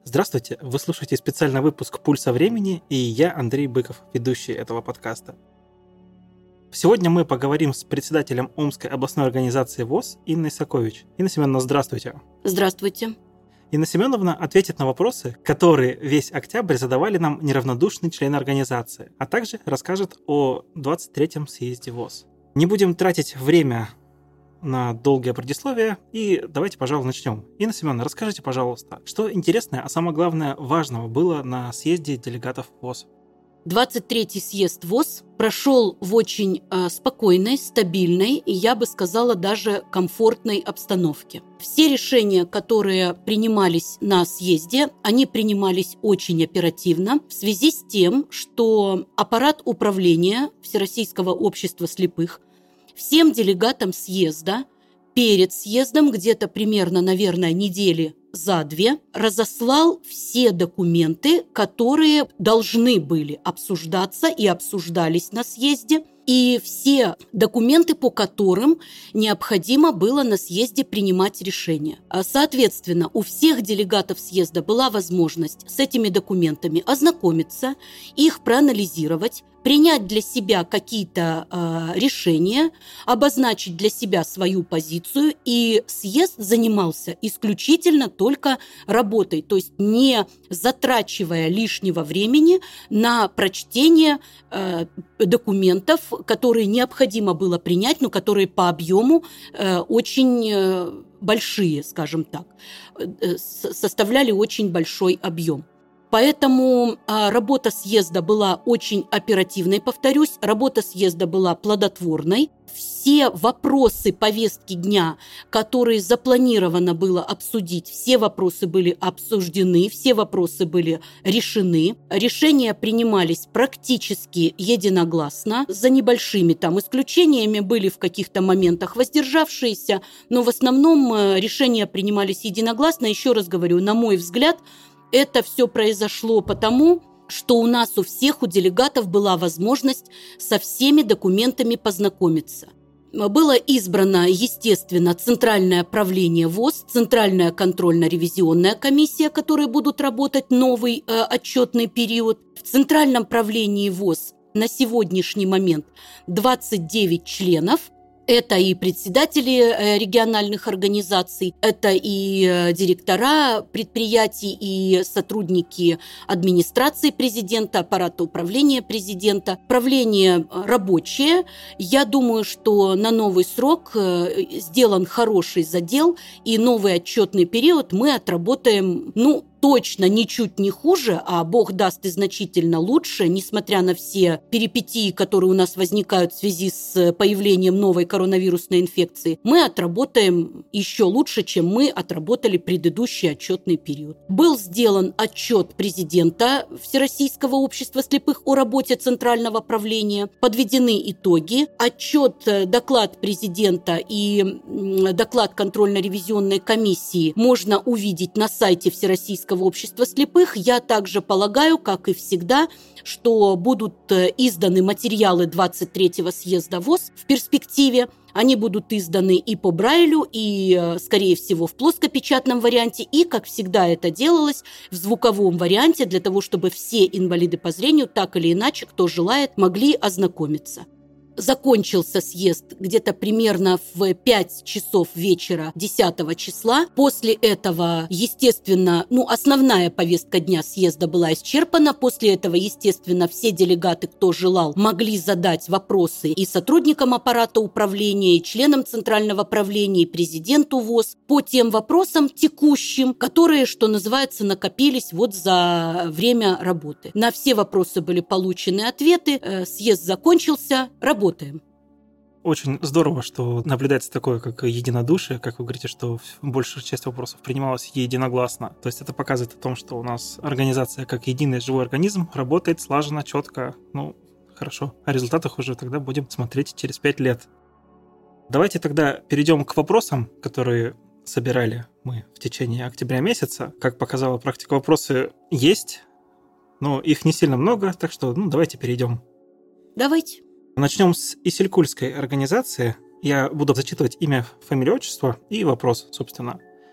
Здравствуйте, вы слушаете специальный выпуск «Пульса времени», и я, Андрей Быков, ведущий этого подкаста. Сегодня мы поговорим с председателем Омской областной организации ВОС Инной Сакович. Инна Семеновна, здравствуйте. Здравствуйте. Инна Семеновна ответит на вопросы, которые весь октябрь задавали нам неравнодушные члены организации, а также расскажет о 23-м съезде ВОС. Не будем тратить время на долгое предисловие, и давайте, пожалуй, начнем. Инна Семеновна, расскажите, пожалуйста, что интересное, а самое главное, важного было на съезде делегатов ВОС? 23-й съезд ВОС прошел в очень спокойной, стабильной и, я бы сказала, даже комфортной обстановке. Все решения, которые принимались на съезде, они принимались очень оперативно в связи с тем, что аппарат управления Всероссийского общества слепых всем делегатам съезда перед съездом, где-то примерно, наверное, недели за 2, разослал все документы, которые должны были обсуждаться и обсуждались на съезде, и все документы, по которым необходимо было на съезде принимать решения. Соответственно, у всех делегатов съезда была возможность с этими документами ознакомиться, их проанализировать, принять для себя какие-то решения, обозначить для себя свою позицию, и съезд занимался исключительно только работой, то есть не затрачивая лишнего времени на прочтение документов, которые необходимо было принять, но которые по объему очень большие, скажем так, составляли очень большой объем. Поэтому работа съезда была очень оперативной, повторюсь, работа съезда была плодотворной. Все вопросы повестки дня, которые запланировано было обсудить, все вопросы были обсуждены, все вопросы были решены. Решения принимались практически единогласно, за небольшими там исключениями, были в каких-то моментах воздержавшиеся, но в основном решения принимались единогласно. Еще раз говорю, на мой взгляд, это все произошло потому, что у нас у всех, у делегатов была возможность со всеми документами познакомиться. Было избрано, естественно, Центральное правление ВОС, Центральная контрольно-ревизионная комиссия, которые будут работать новый отчетный период. В Центральном правлении ВОС на сегодняшний момент 29 членов. Это и председатели региональных организаций, это и директора предприятий, и сотрудники администрации президента, аппарата управления президента. Правление рабочее. Я думаю, что на новый срок сделан хороший задел, и новый отчетный период мы отработаем, точно ничуть не хуже, а бог даст и значительно лучше, несмотря на все перипетии, которые у нас возникают в связи с появлением новой коронавирусной инфекции, мы отработаем еще лучше, чем мы отработали предыдущий отчетный период. Был сделан отчет президента Всероссийского общества слепых о работе Центрального правления, подведены итоги, доклад президента и доклад контрольно-ревизионной комиссии можно увидеть на сайте Всероссийского общества слепых. Я также полагаю, как и всегда, что будут изданы материалы 23-го съезда ВОС в перспективе. Они будут изданы и по Брайлю, и, скорее всего, в плоскопечатном варианте, и, как всегда это делалось, в звуковом варианте, для того, чтобы все инвалиды по зрению, так или иначе, кто желает, могли ознакомиться. Закончился съезд где-то примерно в 5 часов вечера 10 числа. После этого, естественно, основная повестка дня съезда была исчерпана. После этого, естественно, все делегаты, кто желал, могли задать вопросы и сотрудникам аппарата управления, и членам Центрального правления, и президенту ВОС по тем вопросам текущим, которые, что называется, накопились за время работы. На все вопросы были получены ответы. Съезд закончился. Работаем. Очень здорово, что наблюдается такое, как единодушие, как вы говорите, что большая часть вопросов принималась единогласно. То есть это показывает о том, что у нас организация как единый живой организм работает слаженно, четко. Хорошо. О результатах уже тогда будем смотреть через 5 лет. Давайте тогда перейдем к вопросам, которые собирали мы в течение октября месяца. Как показала практика, вопросы есть, но их не сильно много, так что давайте перейдем. Давайте. Начнем с Исилькульской организации. Я буду зачитывать имя, фамилию, отчество и вопрос, собственно.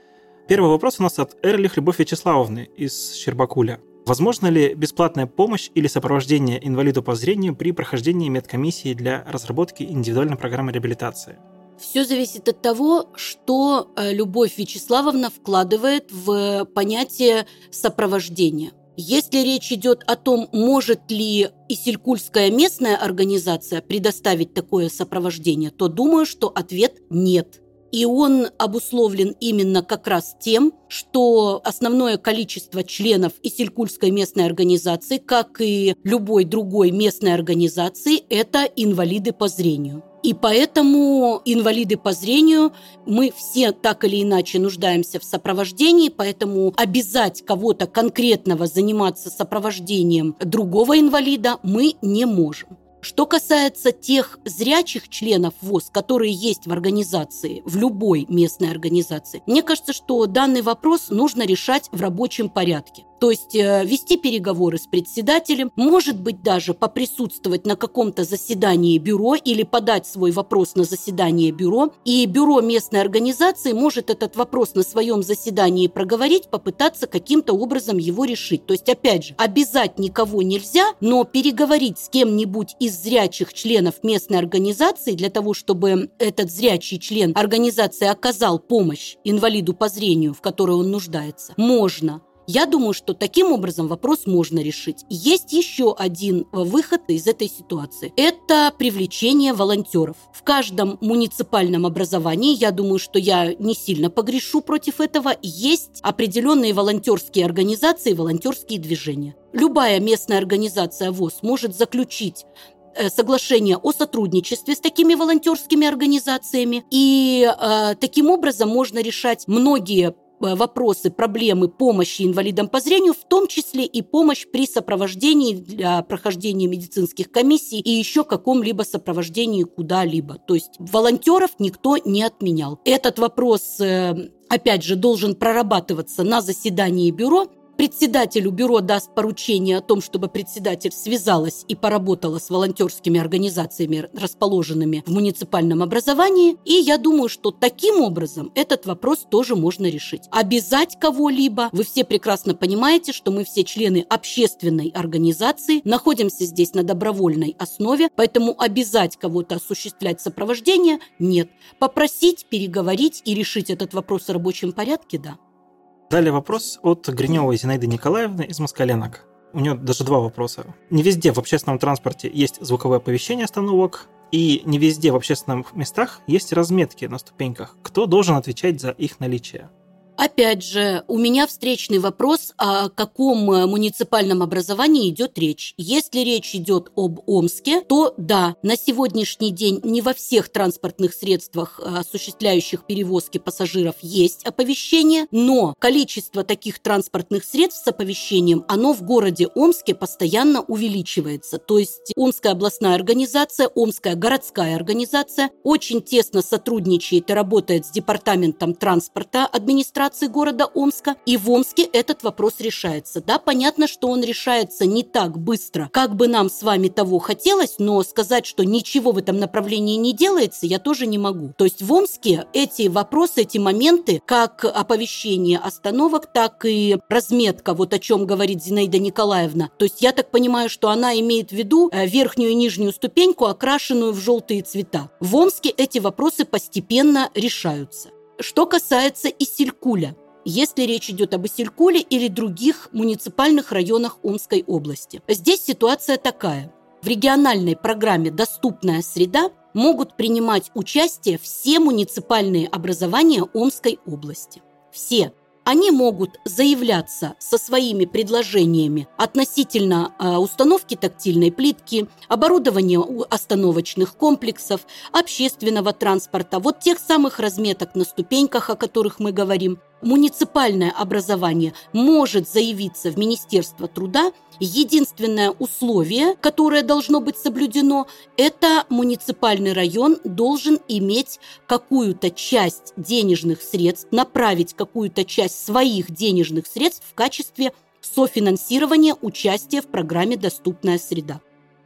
Первый вопрос у нас от Эрлих Любовь Вячеславовны из Щербакуля. Возможно ли бесплатная помощь или сопровождение инвалиду по зрению при прохождении медкомиссии для разработки индивидуальной программы реабилитации? Все зависит от того, что Любовь Вячеславовна вкладывает в понятие сопровождения. Если речь идет о том, может ли Исилькульская местная организация предоставить такое сопровождение, то думаю, что ответ нет. И он обусловлен именно как раз тем, что основное количество членов Исилькульской местной организации, как и любой другой местной организации, это инвалиды по зрению. И поэтому инвалиды по зрению, мы все так или иначе нуждаемся в сопровождении, поэтому обязать кого-то конкретного заниматься сопровождением другого инвалида мы не можем. Что касается тех зрячих членов ВОС, которые есть в организации, в любой местной организации, мне кажется, что данный вопрос нужно решать в рабочем порядке. То есть вести переговоры с председателем, может быть, даже поприсутствовать на каком-то заседании бюро или подать свой вопрос на заседание бюро. И бюро местной организации может этот вопрос на своем заседании проговорить, попытаться каким-то образом его решить. То есть, опять же, обязать никого нельзя, но переговорить с кем-нибудь из зрячих членов местной организации для того, чтобы этот зрячий член организации оказал помощь инвалиду по зрению, в которой он нуждается, можно. Я думаю, что таким образом вопрос можно решить. Есть еще один выход из этой ситуации. Это привлечение волонтеров. В каждом муниципальном образовании, я думаю, что я не сильно погрешу против этого, есть определенные волонтерские организации, волонтерские движения. Любая местная организация ВОС может заключить соглашение о сотрудничестве с такими волонтерскими организациями, и таким образом можно решать многие вопросы, проблемы помощи инвалидам по зрению, в том числе и помощь при сопровождении для прохождения медицинских комиссий и еще каком-либо сопровождении куда-либо. То есть волонтеров никто не отменял. Этот вопрос, опять же, должен прорабатываться на заседании бюро. Председателю бюро даст поручение о том, чтобы председатель связалась и поработала с волонтерскими организациями, расположенными в муниципальном образовании. И я думаю, что таким образом этот вопрос тоже можно решить. Обязать кого-либо. Вы все прекрасно понимаете, что мы все члены общественной организации, находимся здесь на добровольной основе, поэтому обязать кого-то осуществлять сопровождение нет. Попросить, переговорить и решить этот вопрос в рабочем порядке – да. Далее вопрос от Гриневой Зинаиды Николаевны из Москаленок. У нее даже два вопроса. Не везде в общественном транспорте есть звуковое оповещение остановок, и не везде в общественных местах есть разметки на ступеньках. Кто должен отвечать за их наличие? Опять же, у меня встречный вопрос, о каком муниципальном образовании идет речь. Если речь идет об Омске, то да, на сегодняшний день не во всех транспортных средствах, осуществляющих перевозки пассажиров, есть оповещение, но количество таких транспортных средств с оповещением, оно в городе Омске постоянно увеличивается. То есть Омская областная организация, Омская городская организация очень тесно сотрудничает и работает с департаментом транспорта администрации города Омска, и в Омске этот вопрос решается. Да, понятно, что он решается не так быстро, как бы нам с вами того хотелось, но сказать, что ничего в этом направлении не делается, я тоже не могу. То есть в Омске эти вопросы, эти моменты, как оповещение остановок, так и разметка, вот о чем говорит Зинаида Николаевна. То есть я так понимаю, что она имеет в виду верхнюю и нижнюю ступеньку, окрашенную в желтые цвета. В Омске эти вопросы постепенно решаются. Что касается Исилькуля, если речь идет об Исилькуле или других муниципальных районах Омской области. Здесь ситуация такая. В региональной программе «Доступная среда» могут принимать участие все муниципальные образования Омской области. Все. Они могут заявляться со своими предложениями относительно установки тактильной плитки, оборудования остановочных комплексов, общественного транспорта, вот тех самых разметок на ступеньках, о которых мы говорим. Муниципальное образование может заявиться в Министерство труда. Единственное условие, которое должно быть соблюдено, это муниципальный район должен иметь какую-то часть денежных средств, направить какую-то часть своих денежных средств в качестве софинансирования участия в программе «Доступная среда».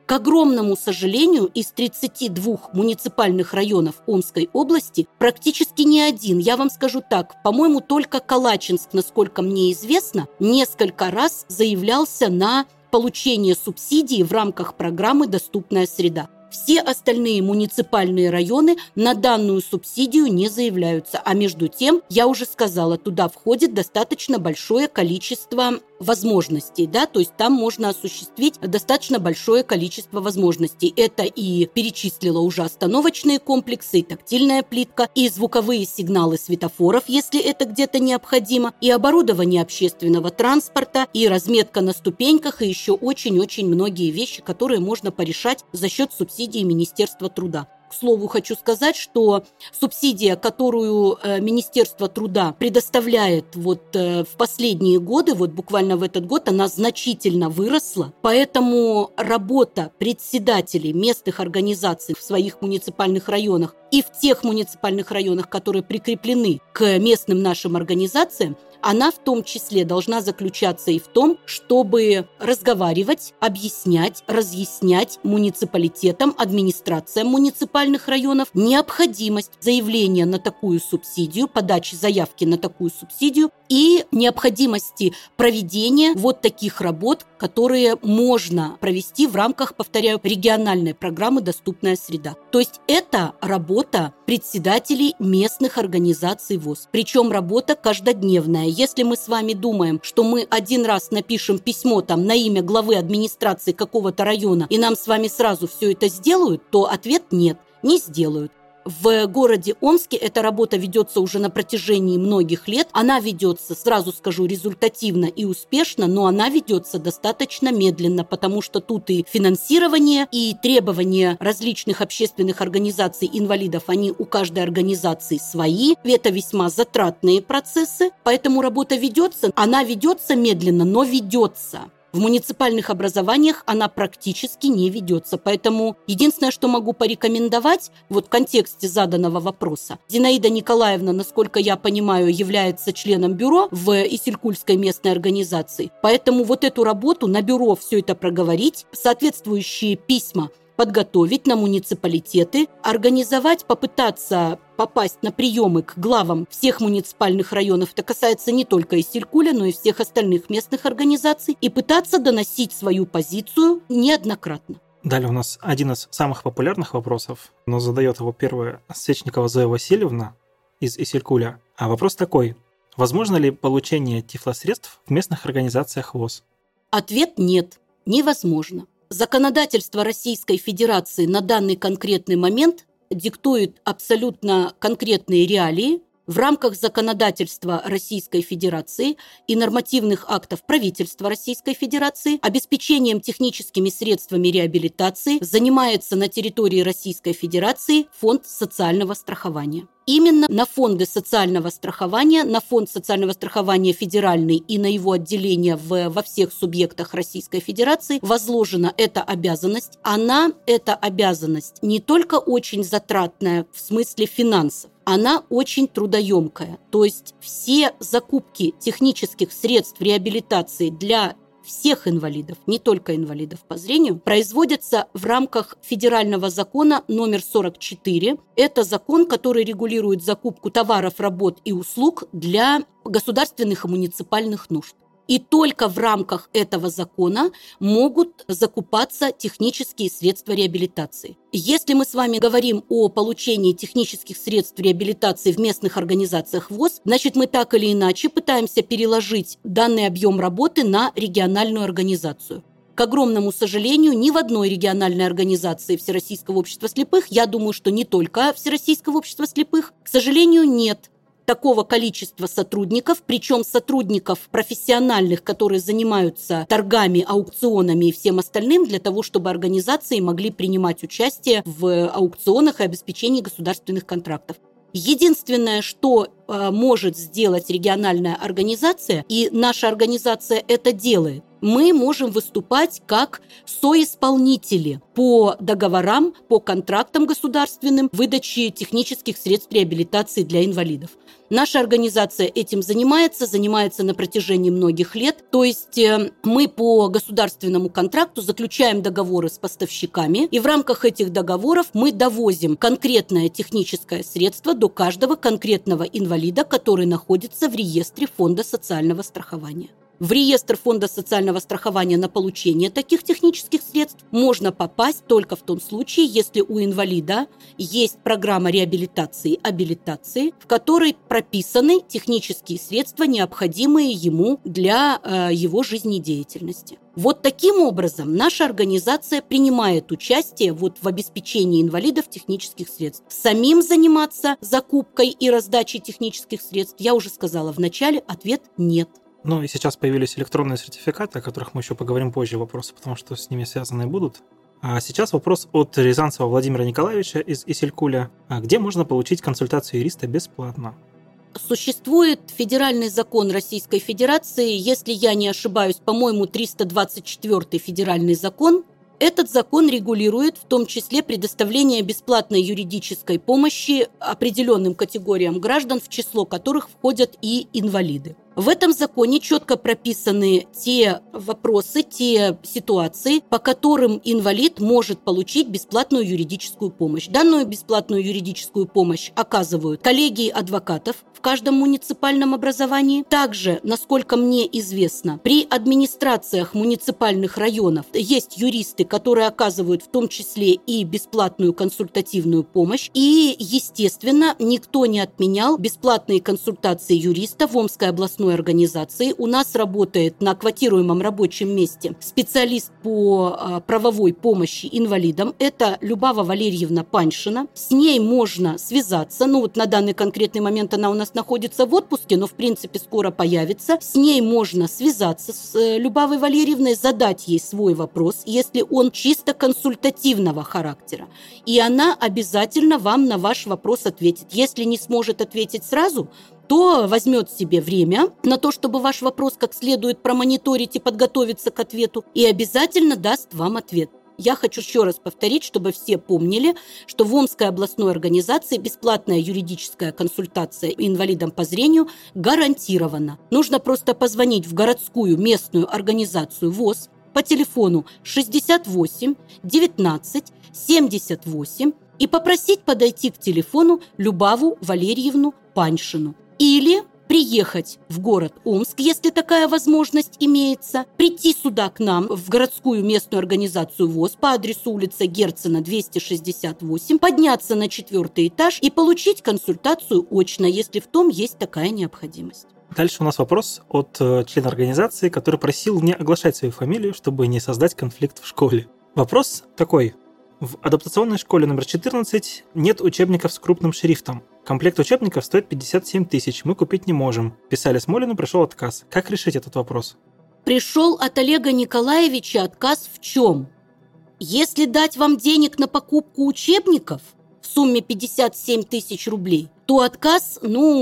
К огромному сожалению, из 32 муниципальных районов Омской области практически ни один, я вам скажу так, по-моему, только Калачинск, насколько мне известно, несколько раз заявлялся на получение субсидий в рамках программы «Доступная среда». Все остальные муниципальные районы на данную субсидию не заявляются. А между тем, я уже сказала, туда входит достаточно большое количество возможностей, да, то есть там можно осуществить достаточно большое количество возможностей. Это и перечислила уже остановочные комплексы, и тактильная плитка, и звуковые сигналы светофоров, если это где-то необходимо, и оборудование общественного транспорта, и разметка на ступеньках, и еще очень-очень многие вещи, которые можно порешать за счет субсидий Министерства труда. К слову, хочу сказать, что субсидия, которую Министерство труда предоставляет в последние годы, буквально в этот год, она значительно выросла. Поэтому работа председателей местных организаций в своих муниципальных районах и в тех муниципальных районах, которые прикреплены к местным нашим организациям, она в том числе должна заключаться и в том, чтобы разговаривать, объяснять, разъяснять муниципалитетам, администрациям муниципальных районов необходимость заявления на такую субсидию, подачи заявки на такую субсидию и необходимости проведения таких работ, которые можно провести в рамках, повторяю, региональной программы «Доступная среда». То есть это работа председателей местных организаций ВОС. Причем работа каждодневная. Если мы с вами думаем, что мы один раз напишем письмо на имя главы администрации какого-то района, и нам с вами сразу все это сделают, то ответ нет, не сделают. В городе Омске эта работа ведется уже на протяжении многих лет. Она ведется, сразу скажу, результативно и успешно, но она ведется достаточно медленно, потому что тут и финансирование, и требования различных общественных организаций инвалидов, они у каждой организации свои. Это весьма затратные процессы, поэтому работа ведется. Она ведется медленно, но ведется. В муниципальных образованиях она практически не ведется. Поэтому единственное, что могу порекомендовать в контексте заданного вопроса. Зинаида Николаевна, насколько я понимаю, является членом бюро в Исилькульской местной организации. Поэтому эту работу на бюро все это проговорить, соответствующие письма подготовить на муниципалитеты, организовать, попытаться попасть на приемы к главам всех муниципальных районов. Это касается не только Исилькуля, но и всех остальных местных организаций. И пытаться доносить свою позицию неоднократно. Далее у нас один из самых популярных вопросов, но задает его первая Свечникова Зоя Васильевна из Исилькуля. А вопрос такой. Возможно ли получение тифлосредств в местных организациях ВОС? Ответ нет, невозможно. Законодательство Российской Федерации на данный конкретный момент диктует абсолютно конкретные реалии в рамках законодательства Российской Федерации и нормативных актов правительства Российской Федерации. Обеспечением техническими средствами реабилитации занимается на территории Российской Федерации Фонд социального страхования. Именно на фонды социального страхования, на фонд социального страхования федеральный и на его отделение во всех субъектах Российской Федерации возложена эта обязанность. Эта обязанность не только очень затратная в смысле финансов, она очень трудоемкая. То есть все закупки технических средств реабилитации для всех инвалидов, не только инвалидов по зрению, производятся в рамках федерального закона номер 44. Это закон, который регулирует закупку товаров, работ и услуг для государственных и муниципальных нужд. И только в рамках этого закона могут закупаться технические средства реабилитации. Если мы с вами говорим о получении технических средств реабилитации в местных организациях ВОС, значит, мы так или иначе пытаемся переложить данный объем работы на региональную организацию. К огромному сожалению, ни в одной региональной организации Всероссийского общества слепых, я думаю, что не только Всероссийского общества слепых, к сожалению, нет такого количества сотрудников, причем сотрудников профессиональных, которые занимаются торгами, аукционами и всем остальным, для того, чтобы организации могли принимать участие в аукционах и обеспечении государственных контрактов. Единственное, что может сделать региональная организация, и наша организация это делает, мы можем выступать как соисполнители по договорам, по контрактам государственным выдачи технических средств реабилитации для инвалидов. Наша организация этим занимается на протяжении многих лет. То есть мы по государственному контракту заключаем договоры с поставщиками, и в рамках этих договоров мы довозим конкретное техническое средство до каждого конкретного инвалида, который находится в реестре Фонда социального страхования. В реестр Фонда социального страхования на получение таких технических средств можно попасть только в том случае, если у инвалида есть программа реабилитации, абилитации, в которой прописаны технические средства, необходимые ему для его жизнедеятельности. Вот таким образом наша организация принимает участие в обеспечении инвалидов технических средств. Самим заниматься закупкой и раздачей технических средств, я уже сказала в начале, ответ нет. Ну и сейчас появились электронные сертификаты, о которых мы еще поговорим позже, вопросы, потому что с ними связаны будут. А сейчас вопрос от Рязанцева Владимира Николаевича из Исилькуля. Где можно получить консультацию юриста бесплатно? Существует федеральный закон Российской Федерации, если я не ошибаюсь, по-моему, 324-й федеральный закон. Этот закон регулирует в том числе предоставление бесплатной юридической помощи определенным категориям граждан, в число которых входят и инвалиды. В этом законе четко прописаны те вопросы, те ситуации, по которым инвалид может получить бесплатную юридическую помощь. Данную бесплатную юридическую помощь оказывают коллегии адвокатов в каждом муниципальном образовании. Также, насколько мне известно, при администрациях муниципальных районов есть юристы, которые оказывают в том числе и бесплатную консультативную помощь. И, естественно, никто не отменял бесплатные консультации юриста в Омской областной организации. У нас работает на квотируемом рабочем месте специалист по правовой помощи инвалидам. Это Любава Валерьевна Паньшина. С ней можно связаться. На данный конкретный момент она у нас находится в отпуске, но в принципе скоро появится. С ней можно связаться с Любавой Валерьевной, задать ей свой вопрос, если он чисто консультативного характера. И она обязательно вам на ваш вопрос ответит. Если не сможет ответить сразу, то возьмет себе время на то, чтобы ваш вопрос как следует промониторить и подготовиться к ответу, и обязательно даст вам ответ. Я хочу еще раз повторить, чтобы все помнили, что в Омской областной организации бесплатная юридическая консультация инвалидам по зрению гарантирована. Нужно просто позвонить в городскую местную организацию ВОС по телефону 68 19 78 и попросить подойти к телефону Любаву Валерьевну Паньшину. Или приехать в город Омск, если такая возможность имеется, прийти сюда к нам, в городскую местную организацию ВОС по адресу улица Герцена, 268, подняться на 4-й этаж и получить консультацию очно, если в том есть такая необходимость. Дальше у нас вопрос от члена организации, который просил не оглашать свою фамилию, чтобы не создать конфликт в школе. Вопрос такой. В адаптационной школе номер 14 нет учебников с крупным шрифтом. Комплект учебников стоит 57 тысяч, мы купить не можем. Писали Смолину, пришел отказ. Как решить этот вопрос? Пришел от Олега Николаевича отказ в чем? Если дать вам денег на покупку учебников в сумме 57 тысяч рублей, то отказ,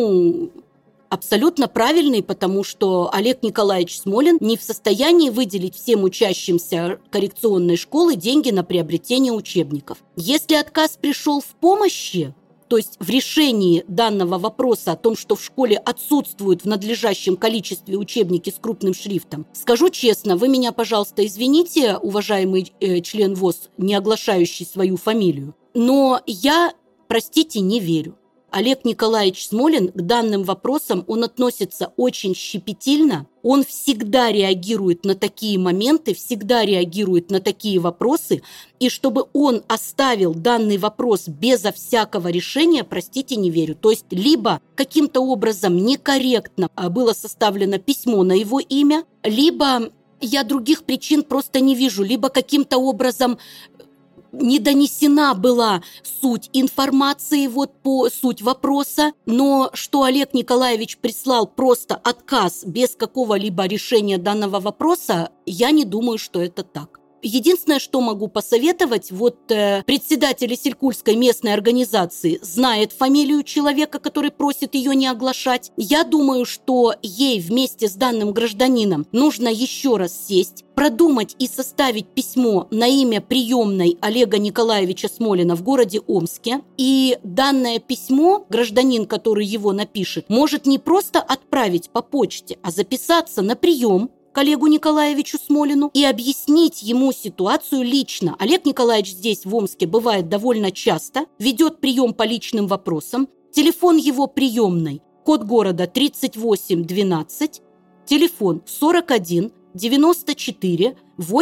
абсолютно правильный, потому что Олег Николаевич Смолин не в состоянии выделить всем учащимся коррекционной школы деньги на приобретение учебников. Если отказ пришел в помощи, то есть в решении данного вопроса о том, что в школе отсутствуют в надлежащем количестве учебники с крупным шрифтом, скажу честно, вы меня, пожалуйста, извините, уважаемый член ВОС, не оглашающий свою фамилию, но я, простите, не верю. Олег Николаевич Смолин к данным вопросам, он относится очень щепетильно, он всегда реагирует на такие моменты, всегда реагирует на такие вопросы, и чтобы он оставил данный вопрос безо всякого решения, простите, не верю. То есть либо каким-то образом некорректно было составлено письмо на его имя, либо я других причин просто не вижу, либо каким-то образом не донесена была суть информации, по суть вопроса, но что Олег Николаевич прислал просто отказ без какого-либо решения данного вопроса, я не думаю, что это так. Единственное, что могу посоветовать, председатель Исилькульской местной организации знает фамилию человека, который просит ее не оглашать. Я думаю, что ей вместе с данным гражданином нужно еще раз сесть, продумать и составить письмо на имя приемной Олега Николаевича Смолина в городе Омске. И данное письмо гражданин, который его напишет, может не просто отправить по почте, а записаться на прием к Олегу Николаевичу Смолину и объяснить ему ситуацию лично. Олег Николаевич здесь, в Омске, бывает довольно часто, ведет прием по личным вопросам. Телефон его приемной, код города 3812, телефон 41 94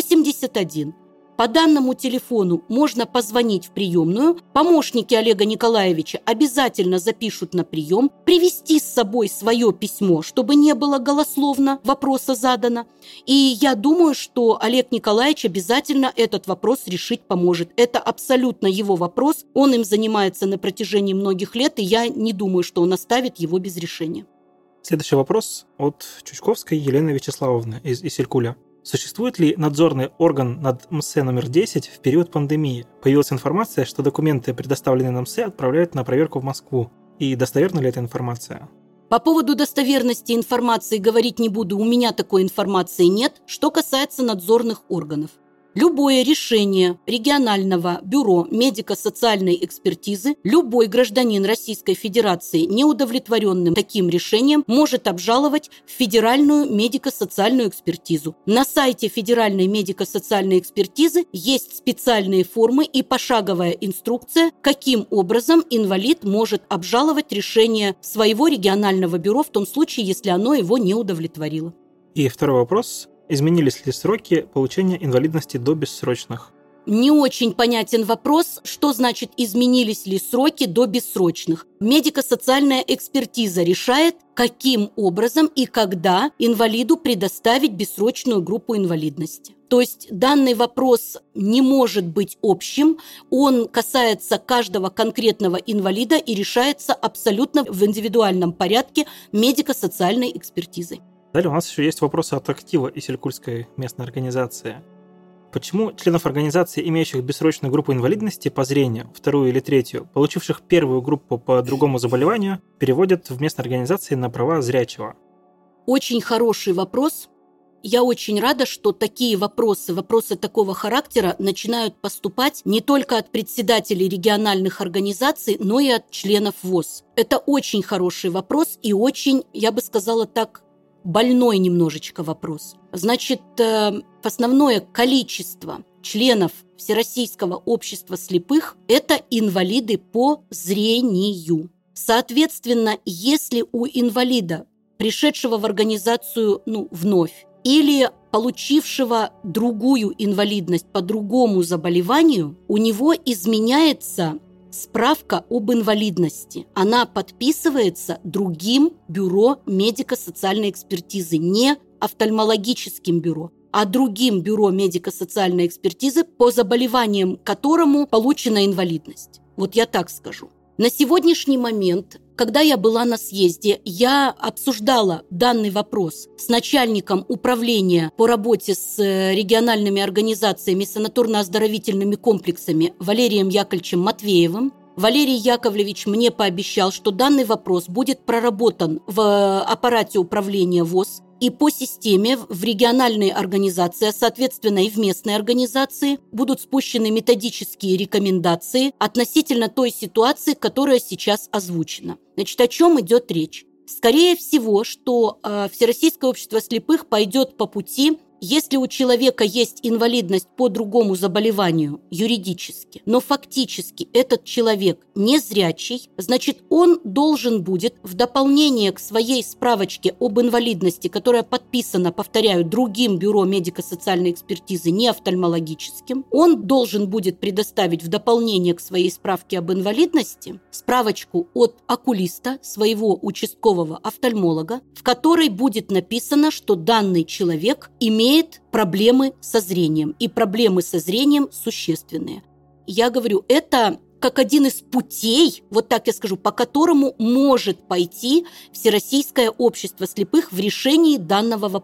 81. По данному телефону можно позвонить в приемную. Помощники Олега Николаевича обязательно запишут на прием, привезти с собой свое письмо, чтобы не было голословно вопроса задано. И я думаю, что Олег Николаевич обязательно этот вопрос решить поможет. Это абсолютно его вопрос. Он им занимается на протяжении многих лет, и я не думаю, что он оставит его без решения. Следующий вопрос от Чучковской Елены Вячеславовны из Исилькуля. Существует ли надзорный орган над МСЭ номер 10 в период пандемии? Появилась информация, что документы, предоставленные на МСЭ, отправляют на проверку в Москву. И достоверна ли эта информация? По поводу достоверности информации говорить не буду, у меня такой информации нет. Что касается надзорных органов. Любое решение регионального бюро медико-социальной экспертизы любой гражданин Российской Федерации, неудовлетворенным таким решением, может обжаловать в Федеральную медико-социальную экспертизу. На сайте Федеральной медико-социальной экспертизы есть специальные формы и пошаговая инструкция, каким образом инвалид может обжаловать решение своего регионального бюро в том случае, если оно его не удовлетворило. И второй вопрос. Изменились ли сроки получения инвалидности до бессрочных? Не очень понятен вопрос, что значит изменились ли сроки до бессрочных. Медико-социальная экспертиза решает, каким образом и когда инвалиду предоставить бессрочную группу инвалидности. То есть данный вопрос не может быть общим, он касается каждого конкретного инвалида и решается абсолютно в индивидуальном порядке медико-социальной экспертизой. Далее у нас еще есть вопросы от актива Исилькульской местной организации. Почему членов организации, имеющих бессрочную группу инвалидности по зрению, вторую или третью, получивших первую группу по другому заболеванию, переводят в местной организации на права зрячего? Очень хороший вопрос. Я очень рада, что такие вопросы такого характера начинают поступать не только от председателей региональных организаций, но и от членов ВОС. Это очень хороший вопрос и очень, я бы сказала так, больной немножечко вопрос. Значит, основное количество членов Всероссийского общества слепых – это инвалиды по зрению. Соответственно, если у инвалида, пришедшего в организацию вновь, или получившего другую инвалидность по другому заболеванию, у него изменяется справка об инвалидности. Она подписывается другим бюро медико-социальной экспертизы, не офтальмологическим бюро, а другим бюро медико-социальной экспертизы, по заболеваниям которому получена инвалидность. Вот я так скажу. На сегодняшний момент, когда я была на съезде, я обсуждала данный вопрос с начальником управления по работе с региональными организациями, санаторно-оздоровительными комплексами Валерием Яковлевичем Матвеевым. Валерий Яковлевич мне пообещал, что данный вопрос будет проработан в аппарате управления ВОС и по системе в региональные организации, а соответственно и в местные организации, будут спущены методические рекомендации относительно той ситуации, которая сейчас озвучена. Значит, о чем идет речь? Скорее всего, что Всероссийское общество слепых пойдет по пути, если у человека есть инвалидность по другому заболеванию юридически, но фактически этот человек незрячий, значит, он должен будет в дополнение к своей справочке об инвалидности, которая подписана, повторяю, другим бюро медико-социальной экспертизы, не офтальмологическим, он должен будет предоставить в дополнение к своей справке об инвалидности справочку от окулиста, своего участкового офтальмолога, в которой будет написано, что данный человек имеет проблемы со зрением, и проблемы со зрением существенные. Я говорю, это как один из путей, вот так я скажу, по которому может пойти Всероссийское общество слепых в решении данного вопроса.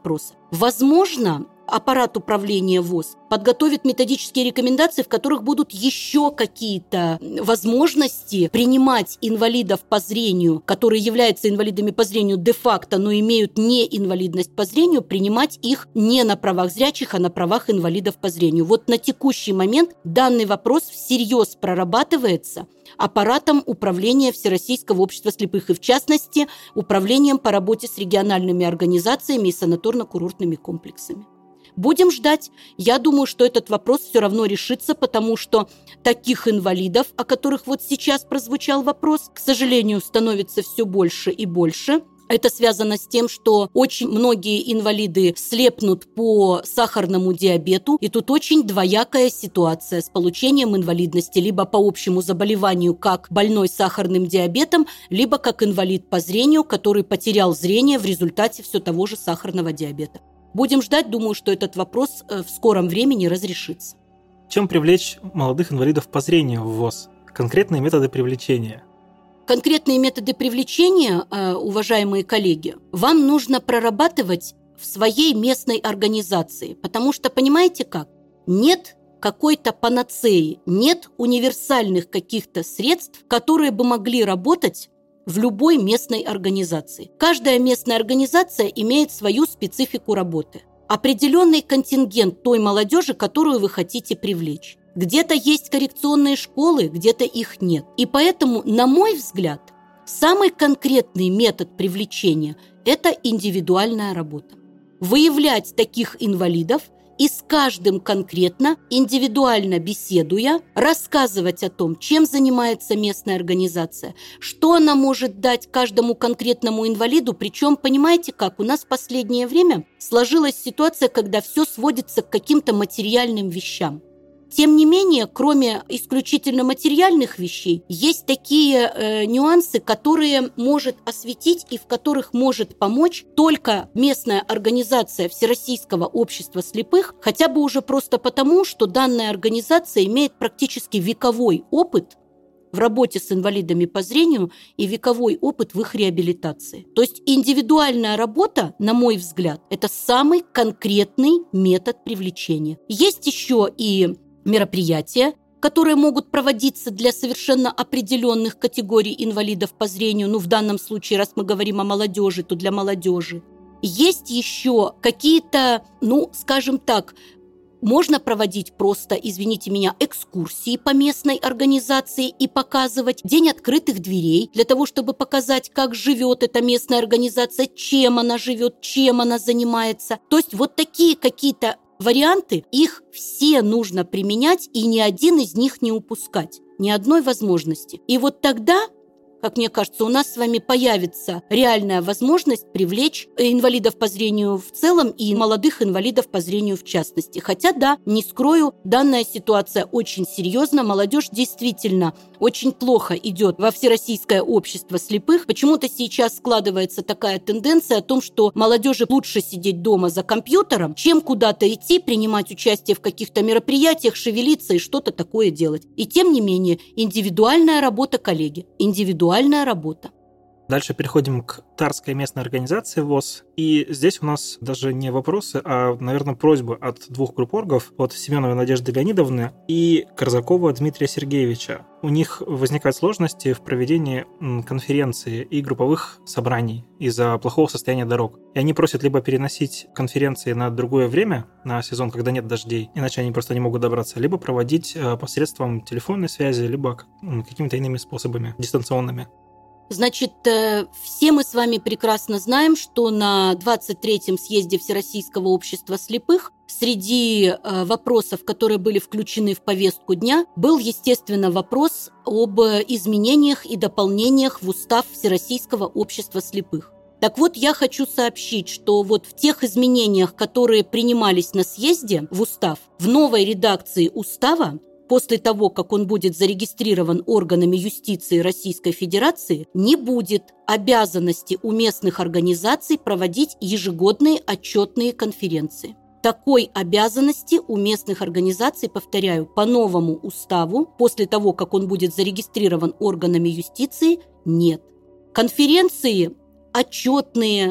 Возможно, аппарат управления ВОС подготовит методические рекомендации, в которых будут еще какие-то возможности принимать инвалидов по зрению, которые являются инвалидами по зрению де-факто, но имеют не инвалидность по зрению, принимать их не на правах зрячих, а на правах инвалидов по зрению. Вот на текущий момент данный вопрос всерьез прорабатывается аппаратом управления Всероссийского общества слепых и, в частности, управлением по работе с региональными организациями и санаторно-курортными комплексами. Будем ждать. Я думаю, что этот вопрос все равно решится, потому что таких инвалидов, о которых вот сейчас прозвучал вопрос, к сожалению, становится все больше и больше. Это связано с тем, что очень многие инвалиды слепнут по сахарному диабету, и тут очень двоякая ситуация с получением инвалидности либо по общему заболеванию, как больной сахарным диабетом, либо как инвалид по зрению, который потерял зрение в результате все того же сахарного диабета. Будем ждать, думаю, что этот вопрос в скором времени разрешится. Чем привлечь молодых инвалидов по зрению в ВОС? Конкретные методы привлечения. Конкретные методы привлечения, уважаемые коллеги, вам нужно прорабатывать в своей местной организации, потому что, понимаете как, нет какой-то панацеи, нет универсальных каких-то средств, которые бы могли работать в любой местной организации. Каждая местная организация имеет свою специфику работы, определенный контингент той молодежи, которую вы хотите привлечь. Где-то есть коррекционные школы, где-то их нет. И поэтому, на мой взгляд, самый конкретный метод привлечения – это индивидуальная работа. Выявлять таких инвалидов и с каждым конкретно, индивидуально беседуя, рассказывать о том, чем занимается местная организация, что она может дать каждому конкретному инвалиду. Причем, понимаете как, у нас в последнее время сложилась ситуация, когда все сводится к каким-то материальным вещам. Тем не менее, кроме исключительно материальных вещей, есть такие нюансы, которые может осветить и в которых может помочь только местная организация Всероссийского общества слепых, хотя бы уже просто потому, что данная организация имеет практически вековой опыт в работе с инвалидами по зрению и вековой опыт в их реабилитации. То есть индивидуальная работа, на мой взгляд, это самый конкретный метод привлечения. Есть еще и мероприятия, которые могут проводиться для совершенно определенных категорий инвалидов по зрению. В данном случае, раз мы говорим о молодежи, то для молодежи. Есть еще какие-то, скажем так, можно проводить просто, извините меня, экскурсии по местной организации и показывать день открытых дверей для того, чтобы показать, как живет эта местная организация, чем она живет, чем она занимается. То есть вот такие какие-то варианты, их все нужно применять и ни один из них не упускать, ни одной возможности. И вот тогда, как мне кажется, у нас с вами появится реальная возможность привлечь инвалидов по зрению в целом и молодых инвалидов по зрению в частности. Хотя, да, не скрою, данная ситуация очень серьезна. Молодежь действительно очень плохо идет во Всероссийское общество слепых. Почему-то сейчас складывается такая тенденция о том, что молодежи лучше сидеть дома за компьютером, чем куда-то идти, принимать участие в каких-то мероприятиях, шевелиться и что-то такое делать. И тем не менее, индивидуальная работа, коллеги, индивидуальная работа. Дальше переходим к Тарской местной организации ВОС. И здесь у нас даже не вопросы, а, наверное, просьбы от двух группоргов, от Семеновой Надежды Леонидовны и Корзакова Дмитрия Сергеевича. У них возникают сложности в проведении конференции и групповых собраний из-за плохого состояния дорог. И они просят либо переносить конференции на другое время, на сезон, когда нет дождей, иначе они просто не могут добраться, либо проводить посредством телефонной связи, либо какими-то иными способами, дистанционными. Значит, все мы с вами прекрасно знаем, что на 23-м съезде Всероссийского общества слепых среди вопросов, которые были включены в повестку дня, был, естественно, вопрос об изменениях и дополнениях в устав Всероссийского общества слепых. Так вот, я хочу сообщить, что вот в тех изменениях, которые принимались на съезде в устав, в новой редакции устава, после того, как он будет зарегистрирован органами юстиции Российской Федерации, не будет обязанности у местных организаций проводить ежегодные отчетные конференции. Такой обязанности у местных организаций, повторяю, по новому уставу, после того, как он будет зарегистрирован органами юстиции, нет. Конференции отчетные,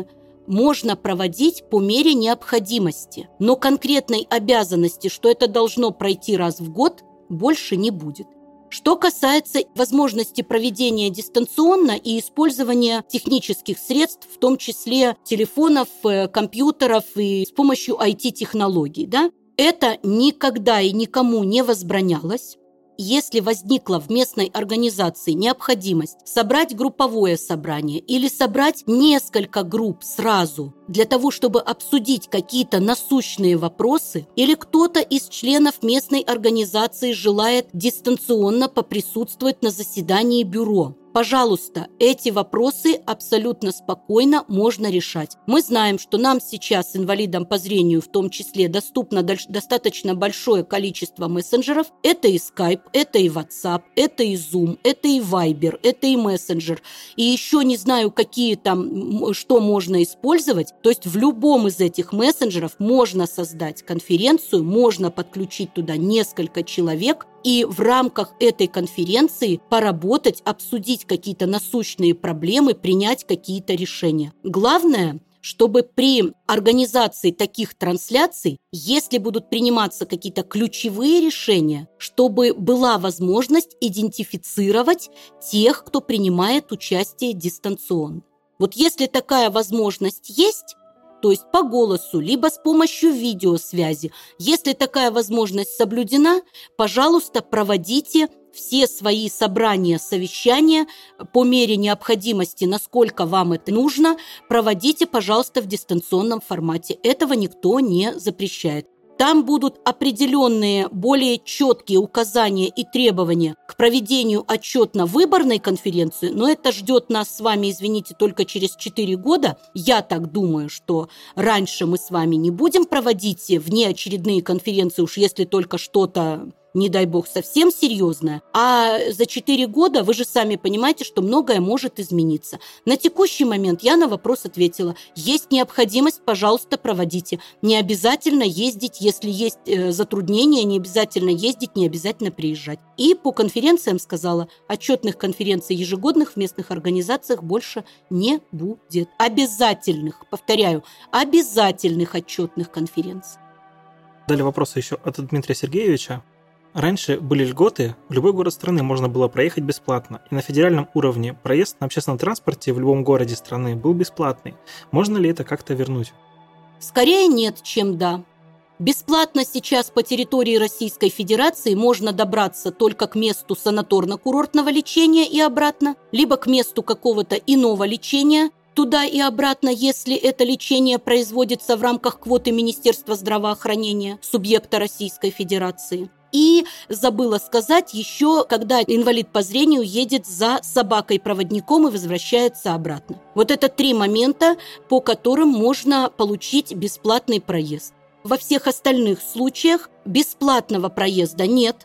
можно проводить по мере необходимости, но конкретной обязанности, что это должно пройти раз в год, больше не будет. Что касается возможности проведения дистанционно и использования технических средств, в том числе телефонов, компьютеров и с помощью IT-технологий, да, это никогда и никому не возбранялось. Если возникла в местной организации необходимость собрать групповое собрание или собрать несколько групп сразу для того, чтобы обсудить какие-то насущные вопросы, или кто-то из членов местной организации желает дистанционно поприсутствовать на заседании бюро, пожалуйста, эти вопросы абсолютно спокойно можно решать. Мы знаем, что нам сейчас, инвалидам по зрению, в том числе, доступно достаточно большое количество мессенджеров. Это и Skype, это и WhatsApp, это и Zoom, это и Viber, это и Messenger. И еще не знаю, какие там, что можно использовать. То есть в любом из этих мессенджеров можно создать конференцию, можно подключить туда несколько человек, и в рамках этой конференции поработать, обсудить какие-то насущные проблемы, принять какие-то решения. Главное, чтобы при организации таких трансляций, если будут приниматься какие-то ключевые решения, чтобы была возможность идентифицировать тех, кто принимает участие дистанционно. Вот если такая возможность есть, то есть по голосу, либо с помощью видеосвязи. Если такая возможность соблюдена, пожалуйста, проводите все свои собрания, совещания по мере необходимости, насколько вам это нужно, проводите, пожалуйста, в дистанционном формате. Этого никто не запрещает. Там будут определенные, более четкие указания и требования к проведению отчетно-выборной конференции, но это ждет нас с вами, извините, только через 4 года. Я так думаю, что раньше мы с вами не будем проводить внеочередные конференции, уж если только что-то, не дай бог, совсем серьезное. А за 4 года вы же сами понимаете, что многое может измениться. На текущий момент я на вопрос ответила. Есть необходимость, пожалуйста, проводите. Не обязательно ездить, если есть затруднения, не обязательно ездить, не обязательно приезжать. И по конференциям сказала, отчетных конференций ежегодных в местных организациях больше не будет. Обязательных, повторяю, обязательных отчетных конференций. Далее вопросы еще от Дмитрия Сергеевича. Раньше были льготы, в любой город страны можно было проехать бесплатно, и на федеральном уровне проезд на общественном транспорте в любом городе страны был бесплатный. Можно ли это как-то вернуть? Скорее нет, чем да. Бесплатно сейчас по территории Российской Федерации можно добраться только к месту санаторно-курортного лечения и обратно, либо к месту какого-то иного лечения, туда и обратно, если это лечение производится в рамках квоты Министерства здравоохранения, субъекта Российской Федерации. И забыла сказать еще, когда инвалид по зрению едет за собакой-проводником и возвращается обратно. Вот это 3 момента, по которым можно получить бесплатный проезд. Во всех остальных случаях бесплатного проезда нет,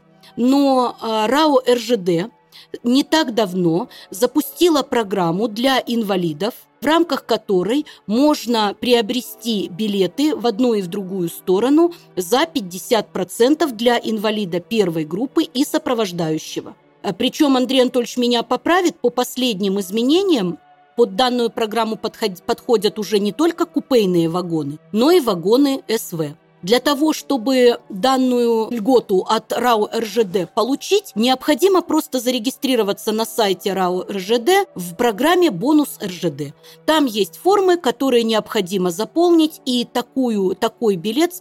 но РАО РЖД не так давно запустила программу для инвалидов, в рамках которой можно приобрести билеты в одну и в другую сторону за 50% для инвалида первой группы и сопровождающего. Причем Андрей Анатольевич меня поправит, по последним изменениям под данную программу подходят уже не только купейные вагоны, но и вагоны СВ. Для того, чтобы данную льготу от РАО РЖД получить, необходимо просто зарегистрироваться на сайте РАО РЖД в программе «Бонус РЖД». Там есть формы, которые необходимо заполнить, и такой билет с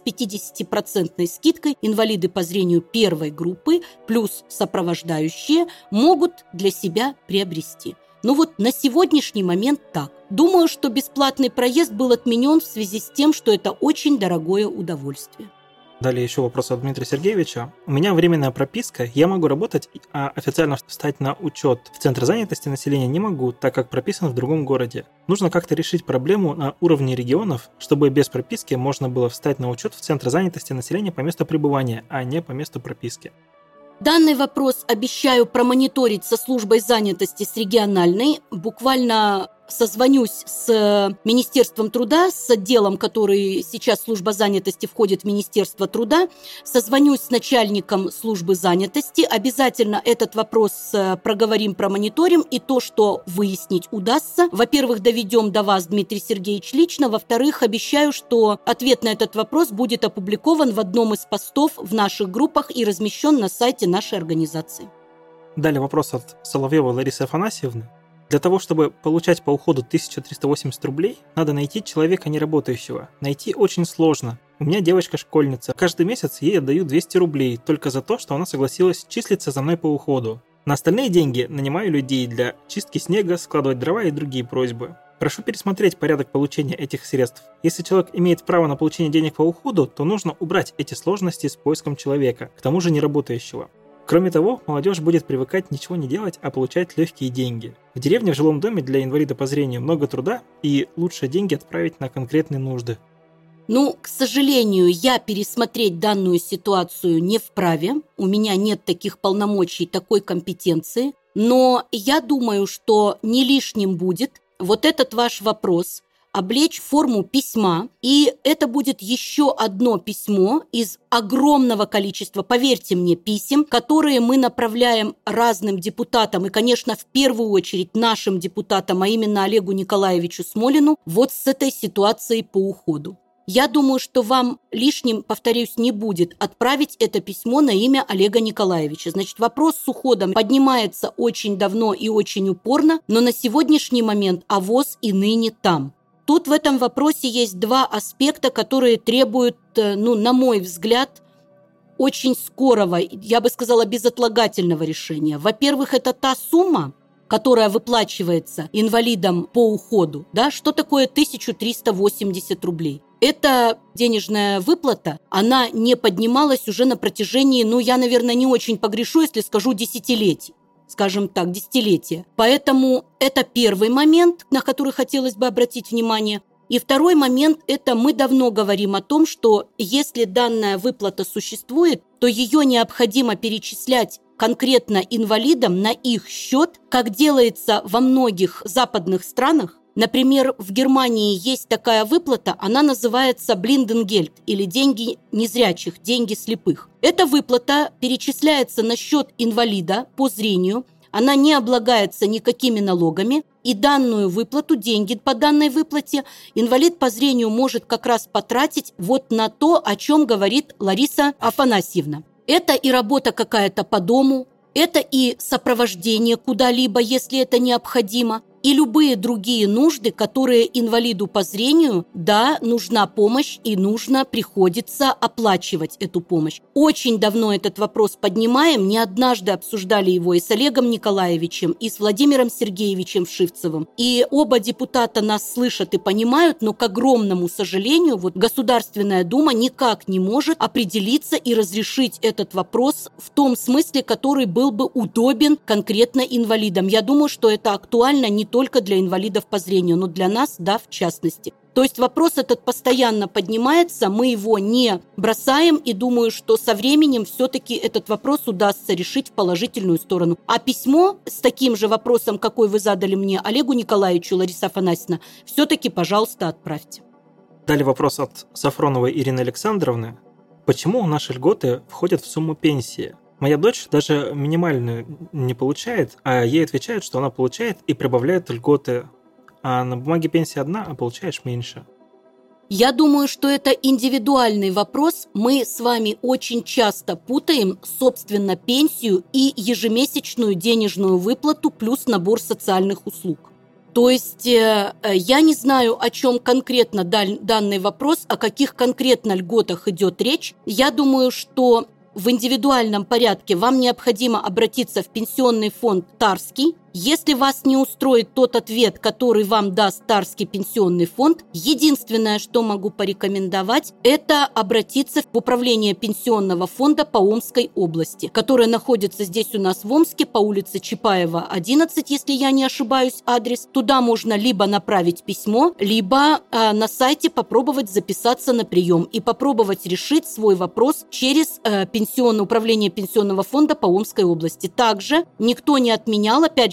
50% скидкой инвалиды по зрению первой группы плюс сопровождающие могут для себя приобрести. Ну вот на сегодняшний момент так. Думаю, что бесплатный проезд был отменен в связи с тем, что это очень дорогое удовольствие. Далее еще вопрос от Дмитрия Сергеевича. У меня временная прописка, я могу работать, а официально встать на учет в Центр занятости населения не могу, так как прописан в другом городе. Нужно как-то решить проблему на уровне регионов, чтобы без прописки можно было встать на учет в Центр занятости населения по месту пребывания, а не по месту прописки. Данный вопрос обещаю промониторить со службой занятости с региональной. Буквально созвонюсь с Министерством труда, с отделом, который сейчас служба занятости входит в Министерство труда, созвонюсь с начальником службы занятости, обязательно этот вопрос проговорим, промониторим, и то, что выяснить удастся, во-первых, доведем до вас, Дмитрий Сергеевич, лично, во-вторых, обещаю, что ответ на этот вопрос будет опубликован в одном из постов в наших группах и размещен на сайте нашей организации. Далее вопрос от Соловьевой Ларисы Афанасьевны. Для того, чтобы получать по уходу 1380 рублей, надо найти человека неработающего. Найти очень сложно. У меня девочка-школьница. Каждый месяц ей отдаю 200 рублей только за то, что она согласилась числиться за мной по уходу. На остальные деньги нанимаю людей для чистки снега, складывать дрова и другие просьбы. Прошу пересмотреть порядок получения этих средств. Если человек имеет право на получение денег по уходу, то нужно убрать эти сложности с поиском человека, к тому же неработающего. Кроме того, молодежь будет привыкать ничего не делать, а получать легкие деньги. В деревне в жилом доме для инвалида по зрению много труда, и лучше деньги отправить на конкретные нужды. К сожалению, я пересмотреть данную ситуацию не вправе. У меня нет таких полномочий, такой компетенции. Но я думаю, что не лишним будет вот этот ваш вопрос облечь в форму письма, и это будет еще одно письмо из огромного количества, поверьте мне, писем, которые мы направляем разным депутатам, и, конечно, в первую очередь нашим депутатам, а именно Олегу Николаевичу Смолину, вот с этой ситуацией по уходу. Я думаю, что вам лишним, повторюсь, не будет отправить это письмо на имя Олега Николаевича. Значит, вопрос с уходом поднимается очень давно и очень упорно, но на сегодняшний момент АВОС и ныне там. Тут в этом вопросе есть два аспекта, которые требуют, на мой взгляд, очень скорого, я бы сказала, безотлагательного решения. Во-первых, это та сумма, которая выплачивается инвалидам по уходу. Да? Что такое 1380 рублей? Эта денежная выплата, она не поднималась уже на протяжении, я, наверное, не очень погрешу, если скажу десятилетий. Скажем так, десятилетия. Поэтому это первый момент, на который хотелось бы обратить внимание. И второй момент – это мы давно говорим о том, что если данная выплата существует, то ее необходимо перечислять конкретно инвалидам на их счет, как делается во многих западных странах. Например, в Германии есть такая выплата, она называется Blindengeld или деньги незрячих, деньги слепых. Эта выплата перечисляется на счет инвалида по зрению, она не облагается никакими налогами, и данную выплату, деньги по данной выплате инвалид по зрению может как раз потратить вот на то, о чем говорит Лариса Афанасьевна. Это и работа какая-то по дому, это и сопровождение куда-либо, если это необходимо, и любые другие нужды, которые инвалиду по зрению, да, нужна помощь и приходится оплачивать эту помощь. Очень давно этот вопрос поднимаем, не однажды обсуждали его и с Олегом Николаевичем, и с Владимиром Сергеевичем Вшивцевым. И оба депутата нас слышат и понимают, но, к огромному сожалению, Государственная Дума никак не может определиться и разрешить этот вопрос в том смысле, который был бы удобен конкретно инвалидам. Я думаю, что это актуально не только для инвалидов по зрению, но для нас, да, в частности. То есть вопрос этот постоянно поднимается, мы его не бросаем, и думаю, что со временем все-таки этот вопрос удастся решить в положительную сторону. А письмо с таким же вопросом, какой вы задали мне, Олегу Николаевичу, Лариса Афанасьевна, все-таки, пожалуйста, отправьте. Далее вопрос от Сафроновой Ирины Александровны. Почему наши льготы входят в сумму пенсии? Моя дочь даже минимальную не получает, а ей отвечают, что она получает и прибавляют льготы. А на бумаге пенсия одна, а получаешь меньше. Я думаю, что это индивидуальный вопрос. Мы с вами очень часто путаем, собственно, пенсию и ежемесячную денежную выплату плюс набор социальных услуг. То есть я не знаю, о чем конкретно данный вопрос, о каких конкретно льготах идет речь. Я думаю, что в индивидуальном порядке вам необходимо обратиться в пенсионный фонд Тарский. Если вас не устроит тот ответ, который вам даст Тарский пенсионный фонд, единственное, что могу порекомендовать, это обратиться в управление пенсионного фонда по Омской области, которое находится здесь у нас в Омске по улице Чапаева, 11, если я не ошибаюсь, адрес. Туда можно либо направить письмо, либо на сайте попробовать записаться на прием и попробовать решить свой вопрос через управление пенсионного фонда по Омской области. Также никто не отменял, опять же,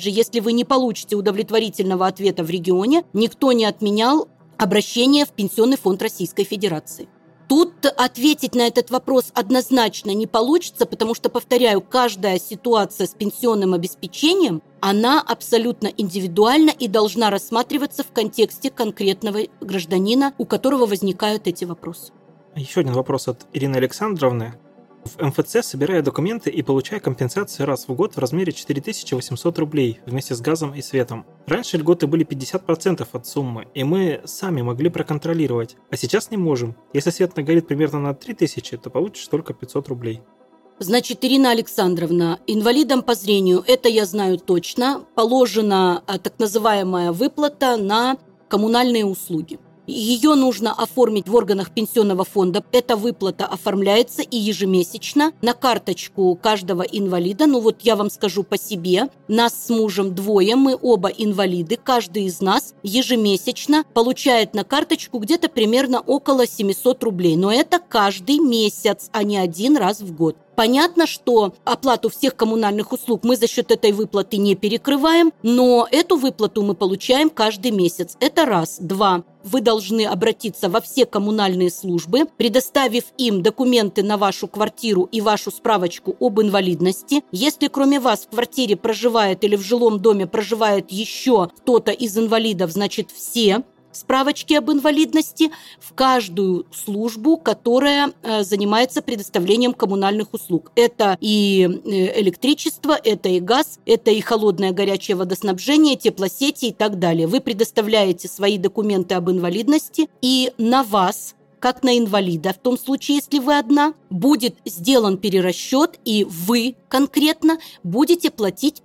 же, если вы не получите удовлетворительного ответа в регионе, никто не отменял обращение в Пенсионный фонд Российской Федерации. Тут ответить на этот вопрос однозначно не получится, потому что, повторяю, каждая ситуация с пенсионным обеспечением, она абсолютно индивидуальна и должна рассматриваться в контексте конкретного гражданина, у которого возникают эти вопросы. Еще один вопрос от Ирины Александровны. В МФЦ собираю документы и получаю компенсацию раз в год в размере 4800 рублей вместе с газом и светом. Раньше льготы были 50% от суммы, и мы сами могли проконтролировать, а сейчас не можем. Если свет нагорит примерно на 3000, то получишь только 500 рублей. Значит, Ирина Александровна, инвалидам по зрению, это я знаю точно, положена так называемая выплата на коммунальные услуги. Ее нужно оформить в органах пенсионного фонда. Эта выплата оформляется и ежемесячно на карточку каждого инвалида. Ну вот я вам скажу по себе. Нас с мужем двое, мы оба инвалиды. Каждый из нас ежемесячно получает на карточку где-то примерно около 700 рублей. Но это каждый месяц, а не один раз в год. Понятно, что оплату всех коммунальных услуг мы за счет этой выплаты не перекрываем, но эту выплату мы получаем каждый месяц. Это раз. Два. Вы должны обратиться во все коммунальные службы, предоставив им документы на вашу квартиру и вашу справочку об инвалидности. Если кроме вас в квартире проживает или в жилом доме проживает еще кто-то из инвалидов, значит все справочки об инвалидности в каждую службу, которая занимается предоставлением коммунальных услуг. Это и электричество, это и газ, это и холодное горячее водоснабжение, теплосети и так далее. Вы предоставляете свои документы об инвалидности, и на вас, как на инвалида, в том случае, если вы одна, будет сделан перерасчет, и вы конкретно будете платить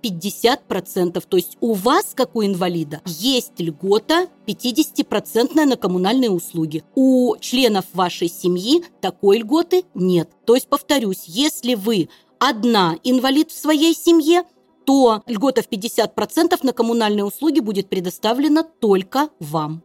50%. То есть у вас, как у инвалида, есть льгота 50% на коммунальные услуги. У членов вашей семьи такой льготы нет. То есть, повторюсь, если вы одна инвалид в своей семье, то льгота в 50% на коммунальные услуги будет предоставлена только вам.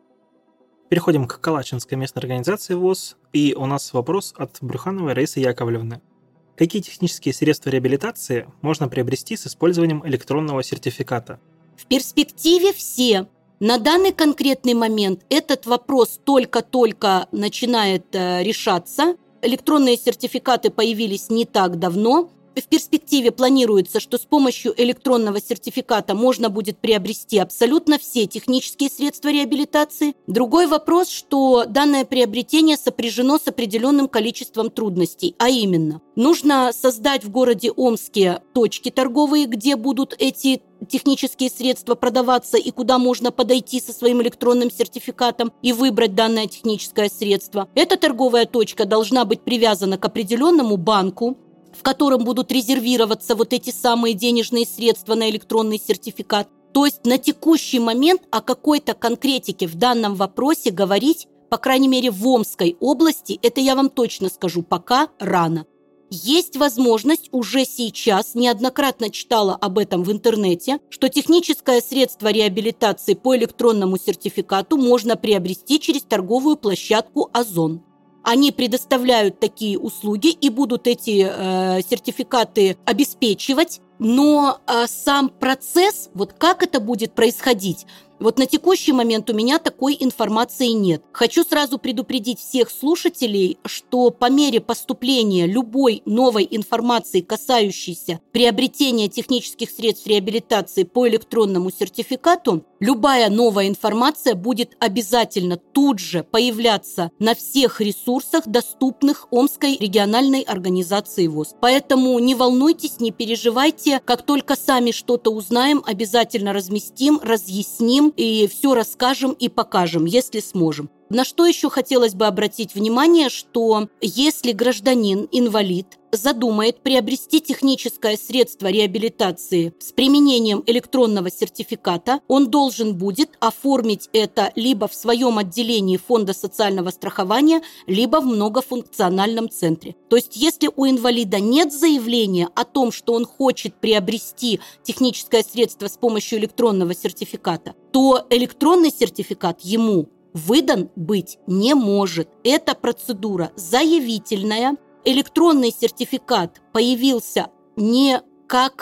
Переходим к Калачинской местной организации ВОС, и у нас вопрос от Брюхановой Раисы Яковлевны. Какие технические средства реабилитации можно приобрести с использованием электронного сертификата? В перспективе все. На данный конкретный момент этот вопрос только-только начинает решаться. Электронные сертификаты появились не так давно. В перспективе планируется, что с помощью электронного сертификата можно будет приобрести абсолютно все технические средства реабилитации. Другой вопрос, что данное приобретение сопряжено с определенным количеством трудностей, а именно, нужно создать в городе Омске точки торговые, где будут эти технические средства продаваться и куда можно подойти со своим электронным сертификатом и выбрать данное техническое средство. Эта торговая точка должна быть привязана к определенному банку, в котором будут резервироваться вот эти самые денежные средства на электронный сертификат. То есть на текущий момент о какой-то конкретике в данном вопросе говорить, по крайней мере в Омской области, это я вам точно скажу, пока рано. Есть возможность уже сейчас, неоднократно читала об этом в интернете, что техническое средство реабилитации по электронному сертификату можно приобрести через торговую площадку «Озон». Они предоставляют такие услуги и будут эти сертификаты обеспечивать, но сам процесс, вот как это будет происходить, вот на текущий момент у меня такой информации нет. Хочу сразу предупредить всех слушателей, что по мере поступления любой новой информации, касающейся приобретения технических средств реабилитации по электронному сертификату, любая новая информация будет обязательно тут же появляться на всех ресурсах, доступных Омской региональной организации ВОС. Поэтому не волнуйтесь, не переживайте. Как только сами что-то узнаем, обязательно разместим, разъясним и все расскажем и покажем, если сможем. На что еще хотелось бы обратить внимание, что если гражданин, инвалид, задумает приобрести техническое средство реабилитации с применением электронного сертификата, он должен будет оформить это либо в своем отделении Фонда социального страхования, либо в многофункциональном центре. То есть, если у инвалида нет заявления о том, что он хочет приобрести техническое средство с помощью электронного сертификата, то электронный сертификат ему выдан быть не может. Эта процедура заявительная. Электронный сертификат появился не как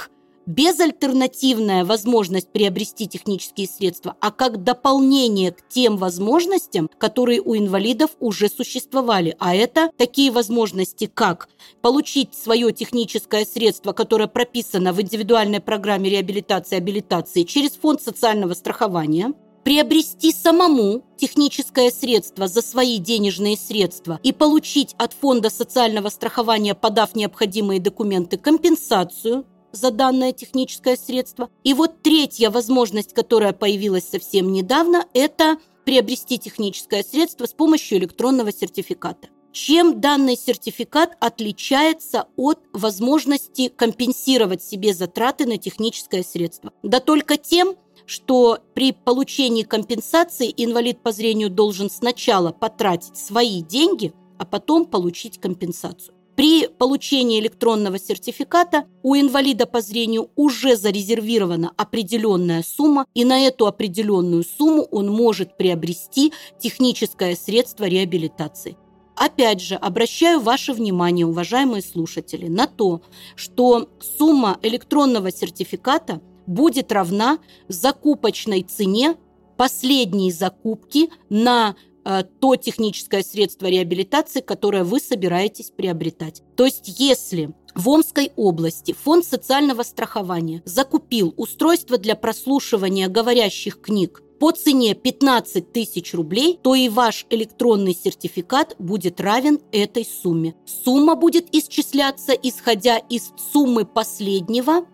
безальтернативная возможность приобрести технические средства, а как дополнение к тем возможностям, которые у инвалидов уже существовали. А это такие возможности, как получить свое техническое средство, которое прописано в индивидуальной программе реабилитации и абилитации через фонд социального страхования, приобрести самому техническое средство за свои денежные средства и получить от фонда социального страхования, подав необходимые документы, компенсацию за данное техническое средство. И вот третья возможность, которая появилась совсем недавно, это приобрести техническое средство с помощью электронного сертификата. Чем данный сертификат отличается от возможности компенсировать себе затраты на техническое средство? Да только тем, что при получении компенсации инвалид по зрению должен сначала потратить свои деньги, а потом получить компенсацию. При получении электронного сертификата у инвалида по зрению уже зарезервирована определенная сумма, и на эту определенную сумму он может приобрести техническое средство реабилитации. Опять же, обращаю ваше внимание, уважаемые слушатели, на то, что сумма электронного сертификата будет равна закупочной цене последней закупки на то техническое средство реабилитации, которое вы собираетесь приобретать. То есть, если в Омской области фонд социального страхования закупил устройство для прослушивания говорящих книг по цене 15 тысяч рублей, то и ваш электронный сертификат будет равен этой сумме. Сумма будет исчисляться, исходя из суммы последнего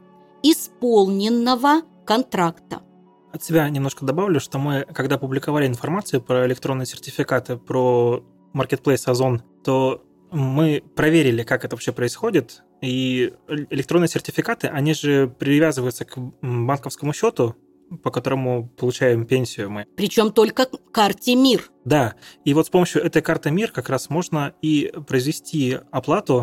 исполненного контракта. От себя немножко добавлю, что мы, когда публиковали информацию про электронные сертификаты, про Marketplace Озон, то мы проверили, как это вообще происходит. И электронные сертификаты, они же привязываются к банковскому счету, по которому получаем пенсию мы. Причем только к карте МИР. Да, и вот с помощью этой карты МИР как раз можно и произвести оплату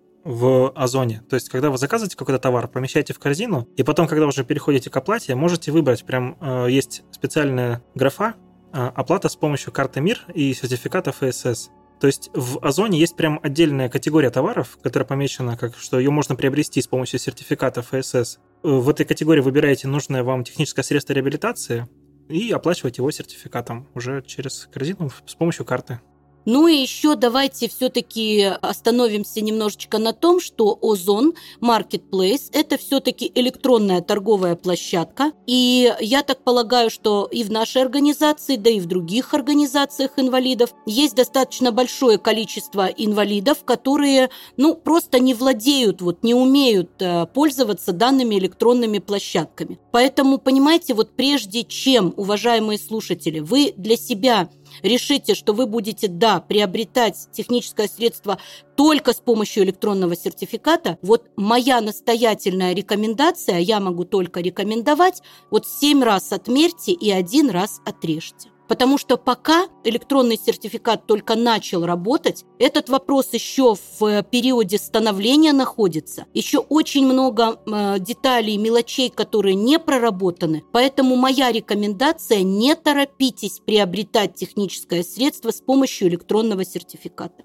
в Озоне. То есть, когда вы заказываете какой-то товар, помещаете в корзину, и потом, когда уже переходите к оплате, можете выбрать, прям есть специальная графа оплата с помощью карты МИР и сертификата ФСС. То есть в Озоне есть прям отдельная категория товаров, которая помечена, как что ее можно приобрести с помощью сертификата ФСС. В этой категории выбираете нужное вам техническое средство реабилитации и оплачиваете его сертификатом уже через корзину с помощью карты. Ну и еще давайте все-таки остановимся немножечко на том, что Озон Marketplace – это все-таки электронная торговая площадка. И я так полагаю, что и в нашей организации, да и в других организациях инвалидов есть достаточно большое количество инвалидов, которые просто не владеют, не умеют пользоваться данными электронными площадками. Поэтому, понимаете, прежде чем, уважаемые слушатели, вы для себя решите, что вы будете, приобретать техническое средство только с помощью электронного сертификата, моя настоятельная рекомендация, я могу только рекомендовать, 7 раз отмерьте и 1 раз отрежьте. Потому что пока электронный сертификат только начал работать, этот вопрос еще в периоде становления находится. Еще очень много деталей, мелочей, которые не проработаны. Поэтому моя рекомендация – не торопитесь приобретать техническое средство с помощью электронного сертификата.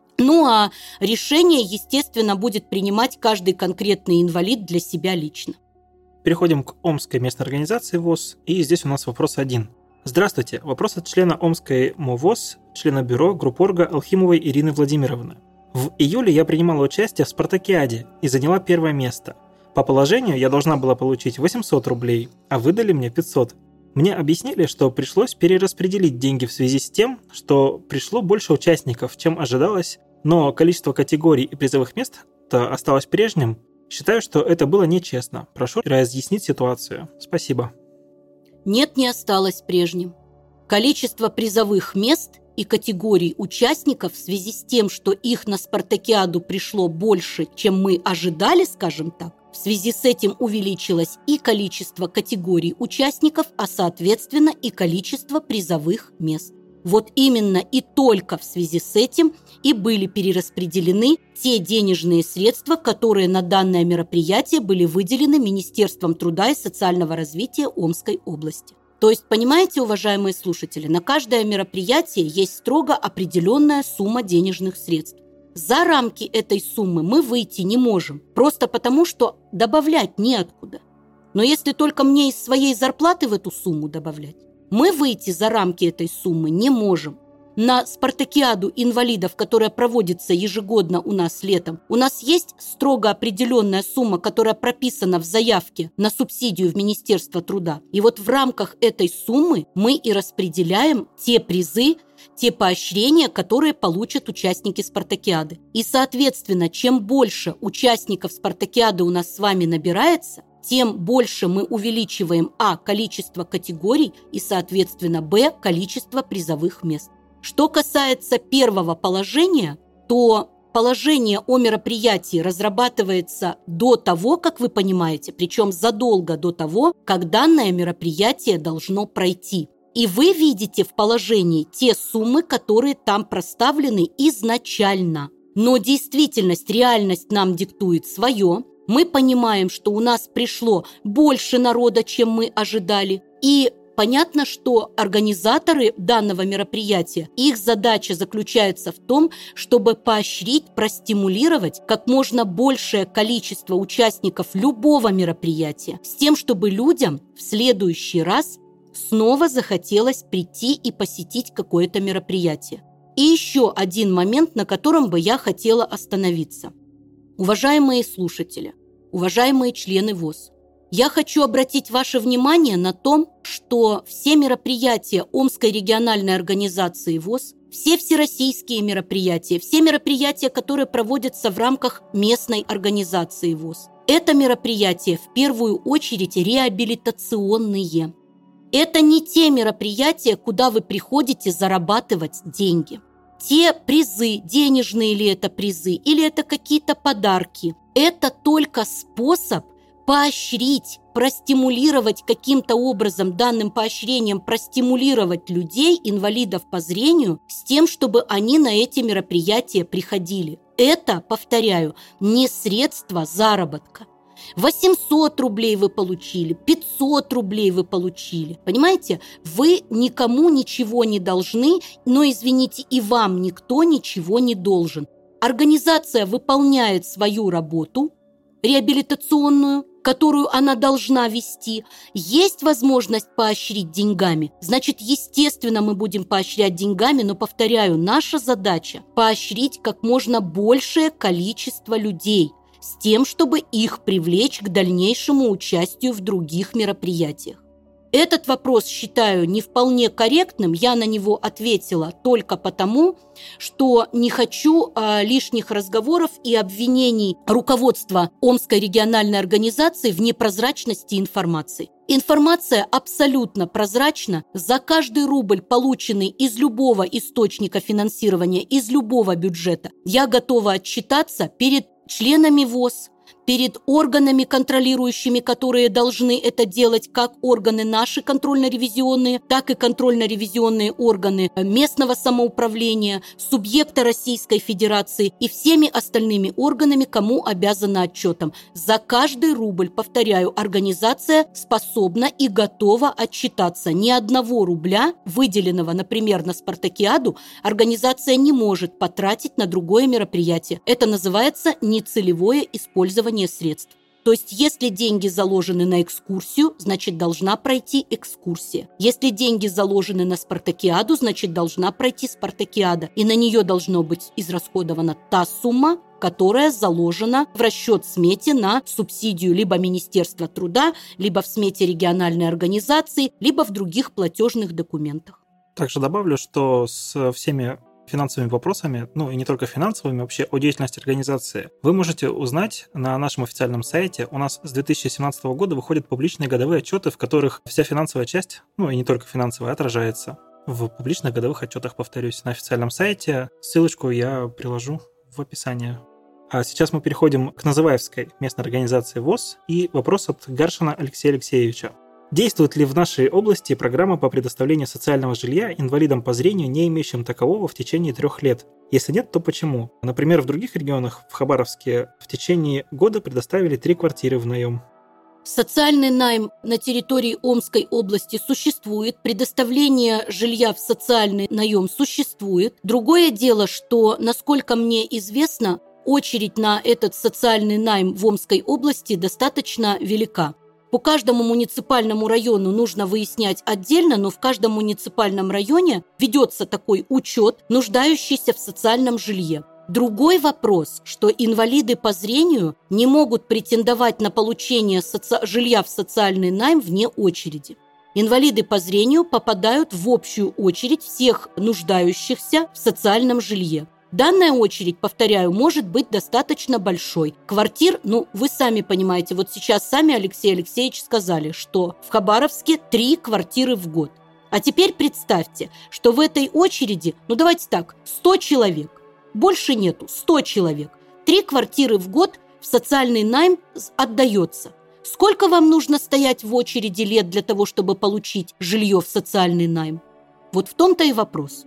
А решение, естественно, будет принимать каждый конкретный инвалид для себя лично. Переходим к Омской местной организации ВОС. И здесь у нас вопрос 1. Здравствуйте. Вопрос от члена Омской МОВОС, члена бюро Группорга Алхимовой Ирины Владимировны. В июле я принимала участие в спартакиаде и заняла 1 место. По положению я должна была получить 800 рублей, а выдали мне 500. Мне объяснили, что пришлось перераспределить деньги в связи с тем, что пришло больше участников, чем ожидалось, но количество категорий и призовых мест осталось прежним. Считаю, что это было нечестно. Прошу разъяснить ситуацию. Спасибо. Нет, не осталось прежним. Количество призовых мест и категорий участников в связи с тем, что их на спартакиаду пришло больше, чем мы ожидали, скажем так, в связи с этим увеличилось и количество категорий участников, а соответственно и количество призовых мест. Именно и только в связи с этим и были перераспределены те денежные средства, которые на данное мероприятие были выделены Министерством труда и социального развития Омской области. То есть, понимаете, уважаемые слушатели, на каждое мероприятие есть строго определенная сумма денежных средств. За рамки этой суммы мы выйти не можем, просто потому что добавлять неоткуда. Но если только мне из своей зарплаты в эту сумму добавлять, мы выйти за рамки этой суммы не можем. На спартакиаду инвалидов, которая проводится ежегодно у нас летом, у нас есть строго определенная сумма, которая прописана в заявке на субсидию в Министерство труда. И вот в рамках этой суммы мы и распределяем те призы, те поощрения, которые получат участники спартакиады. И, соответственно, чем больше участников спартакиады у нас с вами набирается, тем больше мы увеличиваем количество категорий и, соответственно, количество призовых мест. Что касается первого положения, то положение о мероприятии разрабатывается до того, как вы понимаете, причем задолго до того, как данное мероприятие должно пройти. И вы видите в положении те суммы, которые там проставлены изначально. Но действительность, реальность нам диктует свое. Мы понимаем, что у нас пришло больше народа, чем мы ожидали. И понятно, что организаторы данного мероприятия, их задача заключается в том, чтобы поощрить, простимулировать как можно большее количество участников любого мероприятия, с тем, чтобы людям в следующий раз снова захотелось прийти и посетить какое-то мероприятие. И еще один момент, на котором бы я хотела остановиться. Уважаемые слушатели, уважаемые члены ВОС, я хочу обратить ваше внимание на том, что все мероприятия Омской региональной организации ВОС, все всероссийские мероприятия, все мероприятия, которые проводятся в рамках местной организации ВОС, это мероприятия в первую очередь реабилитационные. Это не те мероприятия, куда вы приходите зарабатывать деньги. Те призы, денежные ли это призы, или это какие-то подарки, это только способ поощрить, простимулировать каким-то образом, данным поощрением простимулировать людей, инвалидов по зрению, с тем, чтобы они на эти мероприятия приходили. Это, повторяю, не средство заработка. 800 рублей вы получили, 500 рублей вы получили. Понимаете, вы никому ничего не должны, но, извините, и вам никто ничего не должен. Организация выполняет свою работу реабилитационную, которую она должна вести. Есть возможность поощрить деньгами, значит, естественно, мы будем поощрять деньгами, но, повторяю, наша задача – поощрить как можно большее количество людей, с тем, чтобы их привлечь к дальнейшему участию в других мероприятиях. Этот вопрос считаю не вполне корректным, я на него ответила только потому, что не хочу лишних разговоров и обвинений руководства Омской региональной организации в непрозрачности информации. Информация абсолютно прозрачна. За каждый рубль, полученный из любого источника финансирования, из любого бюджета, я готова отчитаться перед членами ВОС, перед органами контролирующими, которые должны это делать, как органы наши контрольно-ревизионные, так и контрольно-ревизионные органы местного самоуправления, субъекта Российской Федерации и всеми остальными органами, кому обязана отчетом. За каждый рубль, повторяю, организация способна и готова отчитаться. Ни одного рубля, выделенного, например, на спартакиаду, организация не может потратить на другое мероприятие. Это называется нецелевое использование средств. То есть, если деньги заложены на экскурсию, значит, должна пройти экскурсия. Если деньги заложены на спартакиаду, значит, должна пройти спартакиада. И на нее должно быть израсходована та сумма, которая заложена в расчет-смете на субсидию либо Министерства труда, либо в смете региональной организации, либо в других платежных документах. Также добавлю, что с всеми финансовыми вопросами, и не только финансовыми, вообще о деятельности организации, вы можете узнать на нашем официальном сайте. У нас с 2017 года выходят публичные годовые отчеты, в которых вся финансовая часть, и не только финансовая, отражается в публичных годовых отчетах, повторюсь, на официальном сайте. Ссылочку я приложу в описании. А сейчас мы переходим к Называевской местной организации ВОС и вопрос от Гаршина Алексея Алексеевича. Действует ли в нашей области программа по предоставлению социального жилья инвалидам по зрению, не имеющим такового в течение 3 лет? Если нет, то почему? Например, в других регионах, в Хабаровске, в течение года предоставили 3 квартиры в наем. Социальный найм на территории Омской области существует, предоставление жилья в социальный наем существует. Другое дело, что, насколько мне известно, очередь на этот социальный найм в Омской области достаточно велика. По каждому муниципальному району нужно выяснять отдельно, но в каждом муниципальном районе ведется такой учет нуждающихся в социальном жилье. Другой вопрос, что инвалиды по зрению не могут претендовать на получение жилья в социальный найм вне очереди. Инвалиды по зрению попадают в общую очередь всех нуждающихся в социальном жилье. Данная очередь, повторяю, может быть достаточно большой. Квартир, вы сами понимаете, вот сейчас сами Алексей Алексеевич сказали, что в Хабаровске 3 квартиры в год. А теперь представьте, что в этой очереди, давайте так, 100 человек. Больше нету, 100 человек. 3 квартиры в год в социальный найм отдается. Сколько вам нужно стоять в очереди лет для того, чтобы получить жилье в социальный найм? Вот в том-то и вопрос.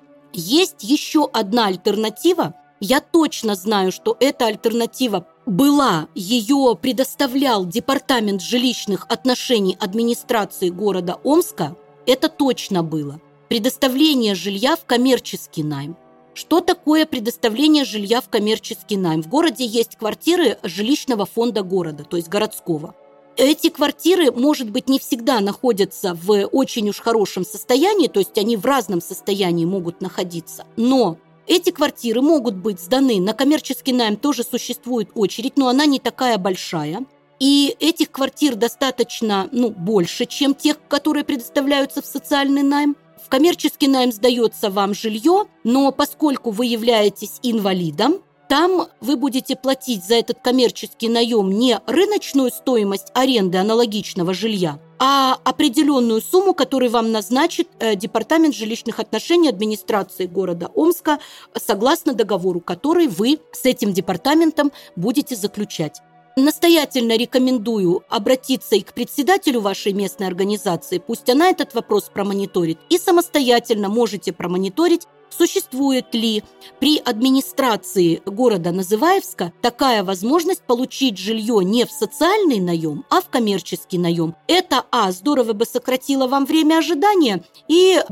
Есть еще одна альтернатива. Я точно знаю, что эта альтернатива была. Ее предоставлял Департамент жилищных отношений администрации города Омска. Это точно было. Предоставление жилья в коммерческий найм. Что такое предоставление жилья в коммерческий найм? В городе есть квартиры жилищного фонда города, то есть городского. Эти квартиры, может быть, не всегда находятся в очень уж хорошем состоянии, то есть они в разном состоянии могут находиться, но эти квартиры могут быть сданы на коммерческий найм, тоже существует очередь, но она не такая большая. И этих квартир достаточно, больше, чем тех, которые предоставляются в социальный найм. В коммерческий найм сдается вам жилье, но поскольку вы являетесь инвалидом, там вы будете платить за этот коммерческий наем не рыночную стоимость аренды аналогичного жилья, а определенную сумму, которую вам назначит Департамент жилищных отношений администрации города Омска согласно договору, который вы с этим департаментом будете заключать. Настоятельно рекомендую обратиться и к председателю вашей местной организации, пусть она этот вопрос промониторит, и самостоятельно можете промониторить, существует ли при администрации города Называевска такая возможность получить жилье не в социальный наем, а в коммерческий наем. Это, здорово бы сократило вам время ожидания, и,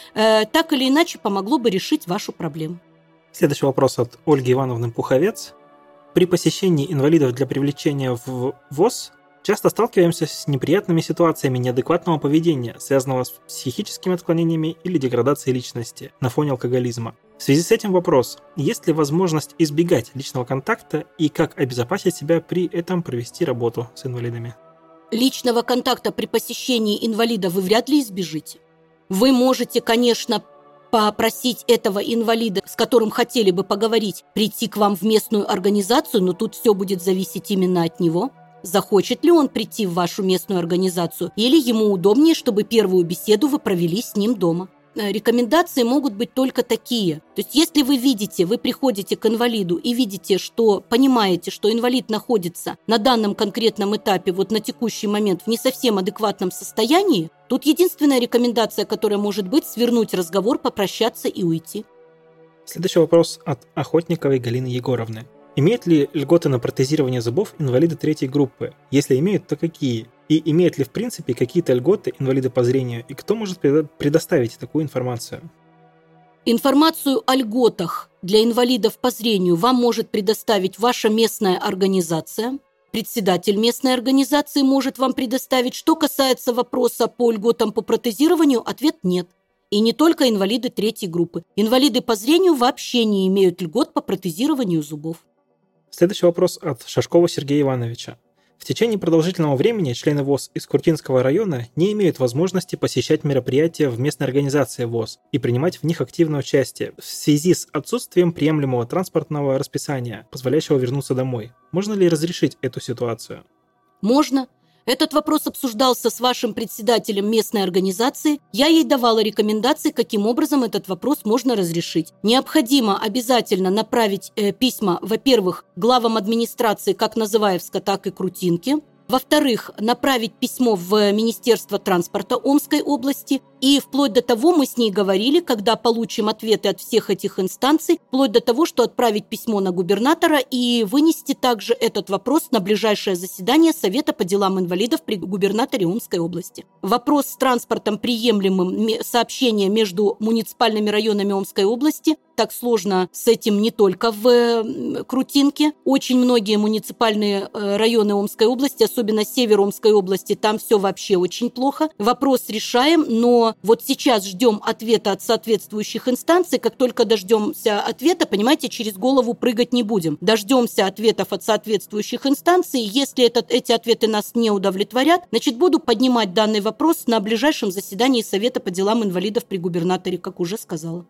так или иначе помогло бы решить вашу проблему. Следующий вопрос от Ольги Ивановны Пуховец. При посещении инвалидов для привлечения в ВОС часто сталкиваемся с неприятными ситуациями неадекватного поведения, связанного с психическими отклонениями или деградацией личности на фоне алкоголизма. В связи с этим вопрос: есть ли возможность избегать личного контакта и как обезопасить себя при этом провести работу с инвалидами? Личного контакта при посещении инвалида вы вряд ли избежите. Вы можете, конечно, попросить этого инвалида, с которым хотели бы поговорить, прийти к вам в местную организацию, но тут все будет зависеть именно от него. Захочет ли он прийти в вашу местную организацию, или ему удобнее, чтобы первую беседу вы провели с ним дома. Рекомендации могут быть только такие. То есть, если вы приходите к инвалиду и видите, понимаете, что инвалид находится на данном конкретном этапе, на текущий момент в не совсем адекватном состоянии, тут единственная рекомендация, которая может быть, свернуть разговор, попрощаться и уйти. Следующий вопрос от Охотниковой Галины Егоровны. Имеют ли льготы на протезирование зубов инвалиды третьей группы? Если имеют, то какие? И имеют ли в принципе какие-то льготы инвалиды по зрению? И кто может предоставить такую информацию? Информацию о льготах для инвалидов по зрению вам может предоставить ваша местная организация. Председатель местной организации может вам предоставить. Что касается вопроса по льготам по протезированию, ответ нет. И не только инвалиды третьей группы. Инвалиды по зрению вообще не имеют льгот по протезированию зубов. Следующий вопрос от Шашкова Сергея Ивановича. В течение продолжительного времени члены ВОС из Куртинского района не имеют возможности посещать мероприятия в местной организации ВОС и принимать в них активное участие в связи с отсутствием приемлемого транспортного расписания, позволяющего вернуться домой. Можно ли разрешить эту ситуацию? Можно. Этот вопрос обсуждался с вашим председателем местной организации. Я ей давала рекомендации, каким образом этот вопрос можно разрешить. Необходимо обязательно направить письма, во-первых, главам администрации как Называевска, так и Крутинки. Во-вторых, направить письмо в Министерство транспорта Омской области. И вплоть до того мы с ней говорили, когда получим ответы от всех этих инстанций, вплоть до того, что отправить письмо на губернатора и вынести также этот вопрос на ближайшее заседание Совета по делам инвалидов при губернаторе Омской области. Вопрос с транспортом приемлемым сообщения между муниципальными районами Омской области так сложно с этим не только в Крутинке. Очень многие муниципальные районы Омской области, особенно север Омской области, там все вообще очень плохо. Вопрос решаем, но вот сейчас ждем ответа от соответствующих инстанций. Как только дождемся ответа, понимаете, через голову прыгать не будем. Дождемся ответов от соответствующих инстанций. Если эти ответы нас не удовлетворят, значит, буду поднимать данный вопрос на ближайшем заседании Совета по делам инвалидов при губернаторе, как уже сказала.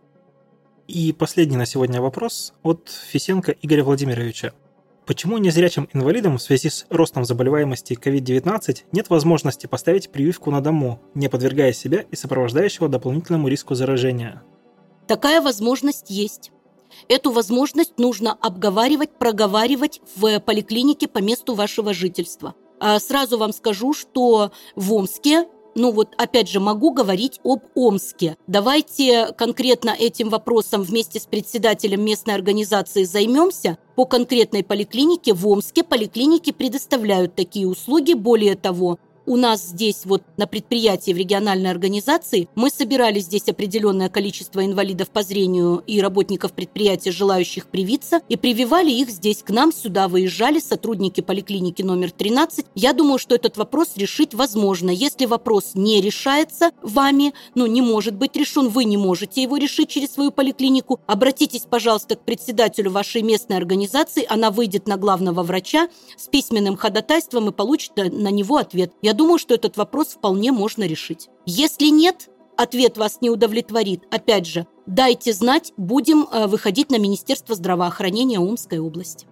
И последний на сегодня вопрос от Фисенко Игоря Владимировича. Почему незрячим инвалидам в связи с ростом заболеваемости COVID-19 нет возможности поставить прививку на дому, не подвергая себя и сопровождающего дополнительному риску заражения? Такая возможность есть. Эту возможность нужно обговаривать, проговаривать в поликлинике по месту вашего жительства. Сразу вам скажу, что в Омске, опять же, могу говорить об Омске. Давайте конкретно этим вопросом вместе с председателем местной организации займемся. По конкретной поликлинике в Омске поликлиники предоставляют такие услуги. Более того, у нас здесь на предприятии в региональной организации мы собирали здесь определенное количество инвалидов по зрению и работников предприятия, желающих привиться, и прививали их здесь к нам, сюда выезжали сотрудники поликлиники номер 13. Я думаю, что этот вопрос решить возможно. Если вопрос не решается вами, не может быть решен, вы не можете его решить через свою поликлинику, обратитесь, пожалуйста, к председателю вашей местной организации, она выйдет на главного врача с письменным ходатайством и получит на него ответ. Я думаю, что этот вопрос вполне можно решить. Если нет, ответ вас не удовлетворит, опять же, дайте знать, будем выходить на Министерство здравоохранения Омской области.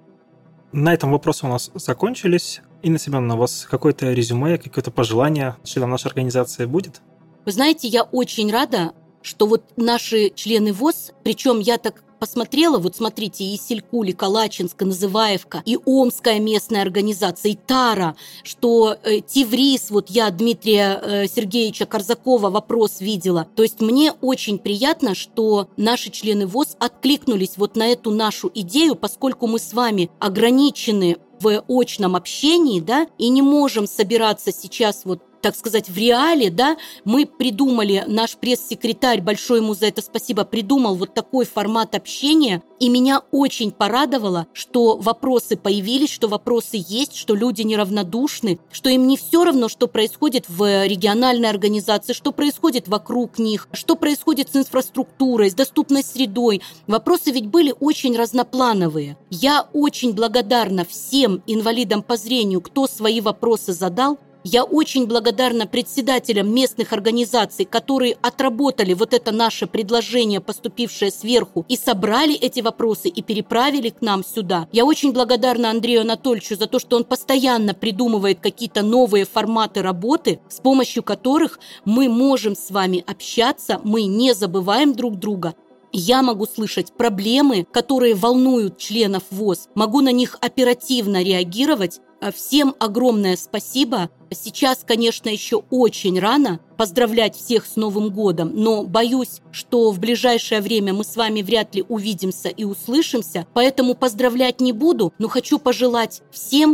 На этом вопросы у нас закончились. Инна Семеновна, у вас какое-то резюме, какое-то пожелание членам нашей организации будет? Вы знаете, я очень рада, что наши члены ВОС, причем я так посмотрела, смотрите, и Селькуль, и Калачинск, и Называевка, и Омская местная организация, и Тара, что Тиврис, я Дмитрия Сергеевича Корзакова вопрос видела. То есть мне очень приятно, что наши члены ВОС откликнулись на эту нашу идею, поскольку мы с вами ограничены в очном общении, и не можем собираться сейчас так сказать, в реале, мы придумали, наш пресс-секретарь, большое ему за это спасибо, придумал такой формат общения, и меня очень порадовало, что вопросы появились, что вопросы есть, что люди неравнодушны, что им не все равно, что происходит в региональной организации, что происходит вокруг них, что происходит с инфраструктурой, с доступной средой. Вопросы ведь были очень разноплановые. Я очень благодарна всем инвалидам по зрению, кто свои вопросы задал. Я очень благодарна председателям местных организаций, которые отработали это наше предложение, поступившее сверху, и собрали эти вопросы и переправили к нам сюда. Я очень благодарна Андрею Анатольевичу за то, что он постоянно придумывает какие-то новые форматы работы, с помощью которых мы можем с вами общаться, мы не забываем друг друга. Я могу слышать проблемы, которые волнуют членов ВОС, могу на них оперативно реагировать. Всем огромное спасибо. Сейчас, конечно, еще очень рано поздравлять всех с Новым годом, но боюсь, что в ближайшее время мы с вами вряд ли увидимся и услышимся, поэтому поздравлять не буду, но хочу пожелать всем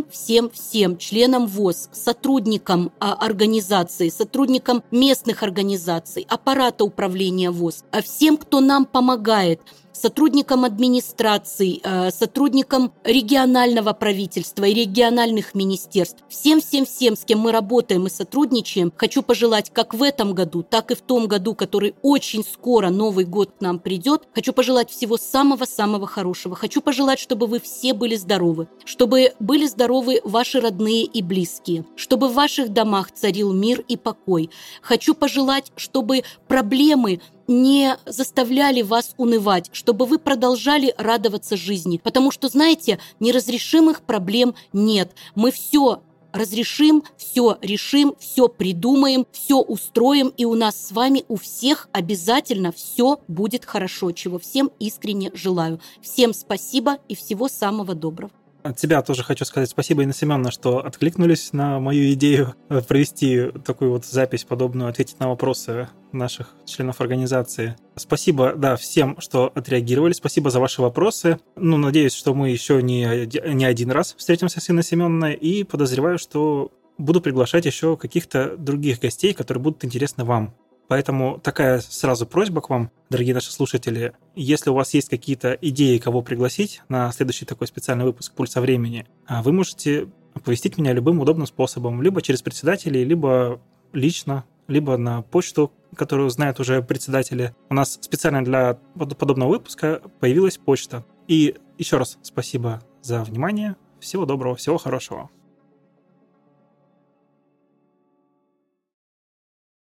членам ВОС, сотрудникам организации, сотрудникам местных организаций, аппарата управления ВОС, всем, кто нам помогает, сотрудникам администраций, сотрудникам регионального правительства и региональных министерств, всем, с кем мы работаем и сотрудничаем, хочу пожелать как в этом году, так и в том году, который очень скоро, Новый год к нам придет, хочу пожелать всего самого-самого хорошего. Хочу пожелать, чтобы вы все были здоровы, чтобы были здоровы ваши родные и близкие, чтобы в ваших домах царил мир и покой. Хочу пожелать, чтобы проблемы не заставляли вас унывать, чтобы вы продолжали радоваться жизни. Потому что, знаете, неразрешимых проблем нет. Мы все разрешим, все решим, все придумаем, все устроим, и у нас с вами у всех обязательно все будет хорошо, чего всем искренне желаю. Всем спасибо и всего самого доброго. От себя тоже хочу сказать спасибо, Инна Семеновна, что откликнулись на мою идею провести такую запись подобную, ответить на вопросы наших членов организации. Спасибо, всем, что отреагировали. Спасибо за ваши вопросы. Надеюсь, что мы еще не один раз встретимся с Инной Семеновной, и подозреваю, что буду приглашать еще каких-то других гостей, которые будут интересны вам. Поэтому такая сразу просьба к вам, дорогие наши слушатели. Если у вас есть какие-то идеи, кого пригласить на следующий такой специальный выпуск «Пульса времени», вы можете оповестить меня любым удобным способом, либо через председателей, либо лично, либо на почту, которую знают уже председатели. У нас специально для подобного выпуска появилась почта. И еще раз спасибо за внимание. Всего доброго, всего хорошего.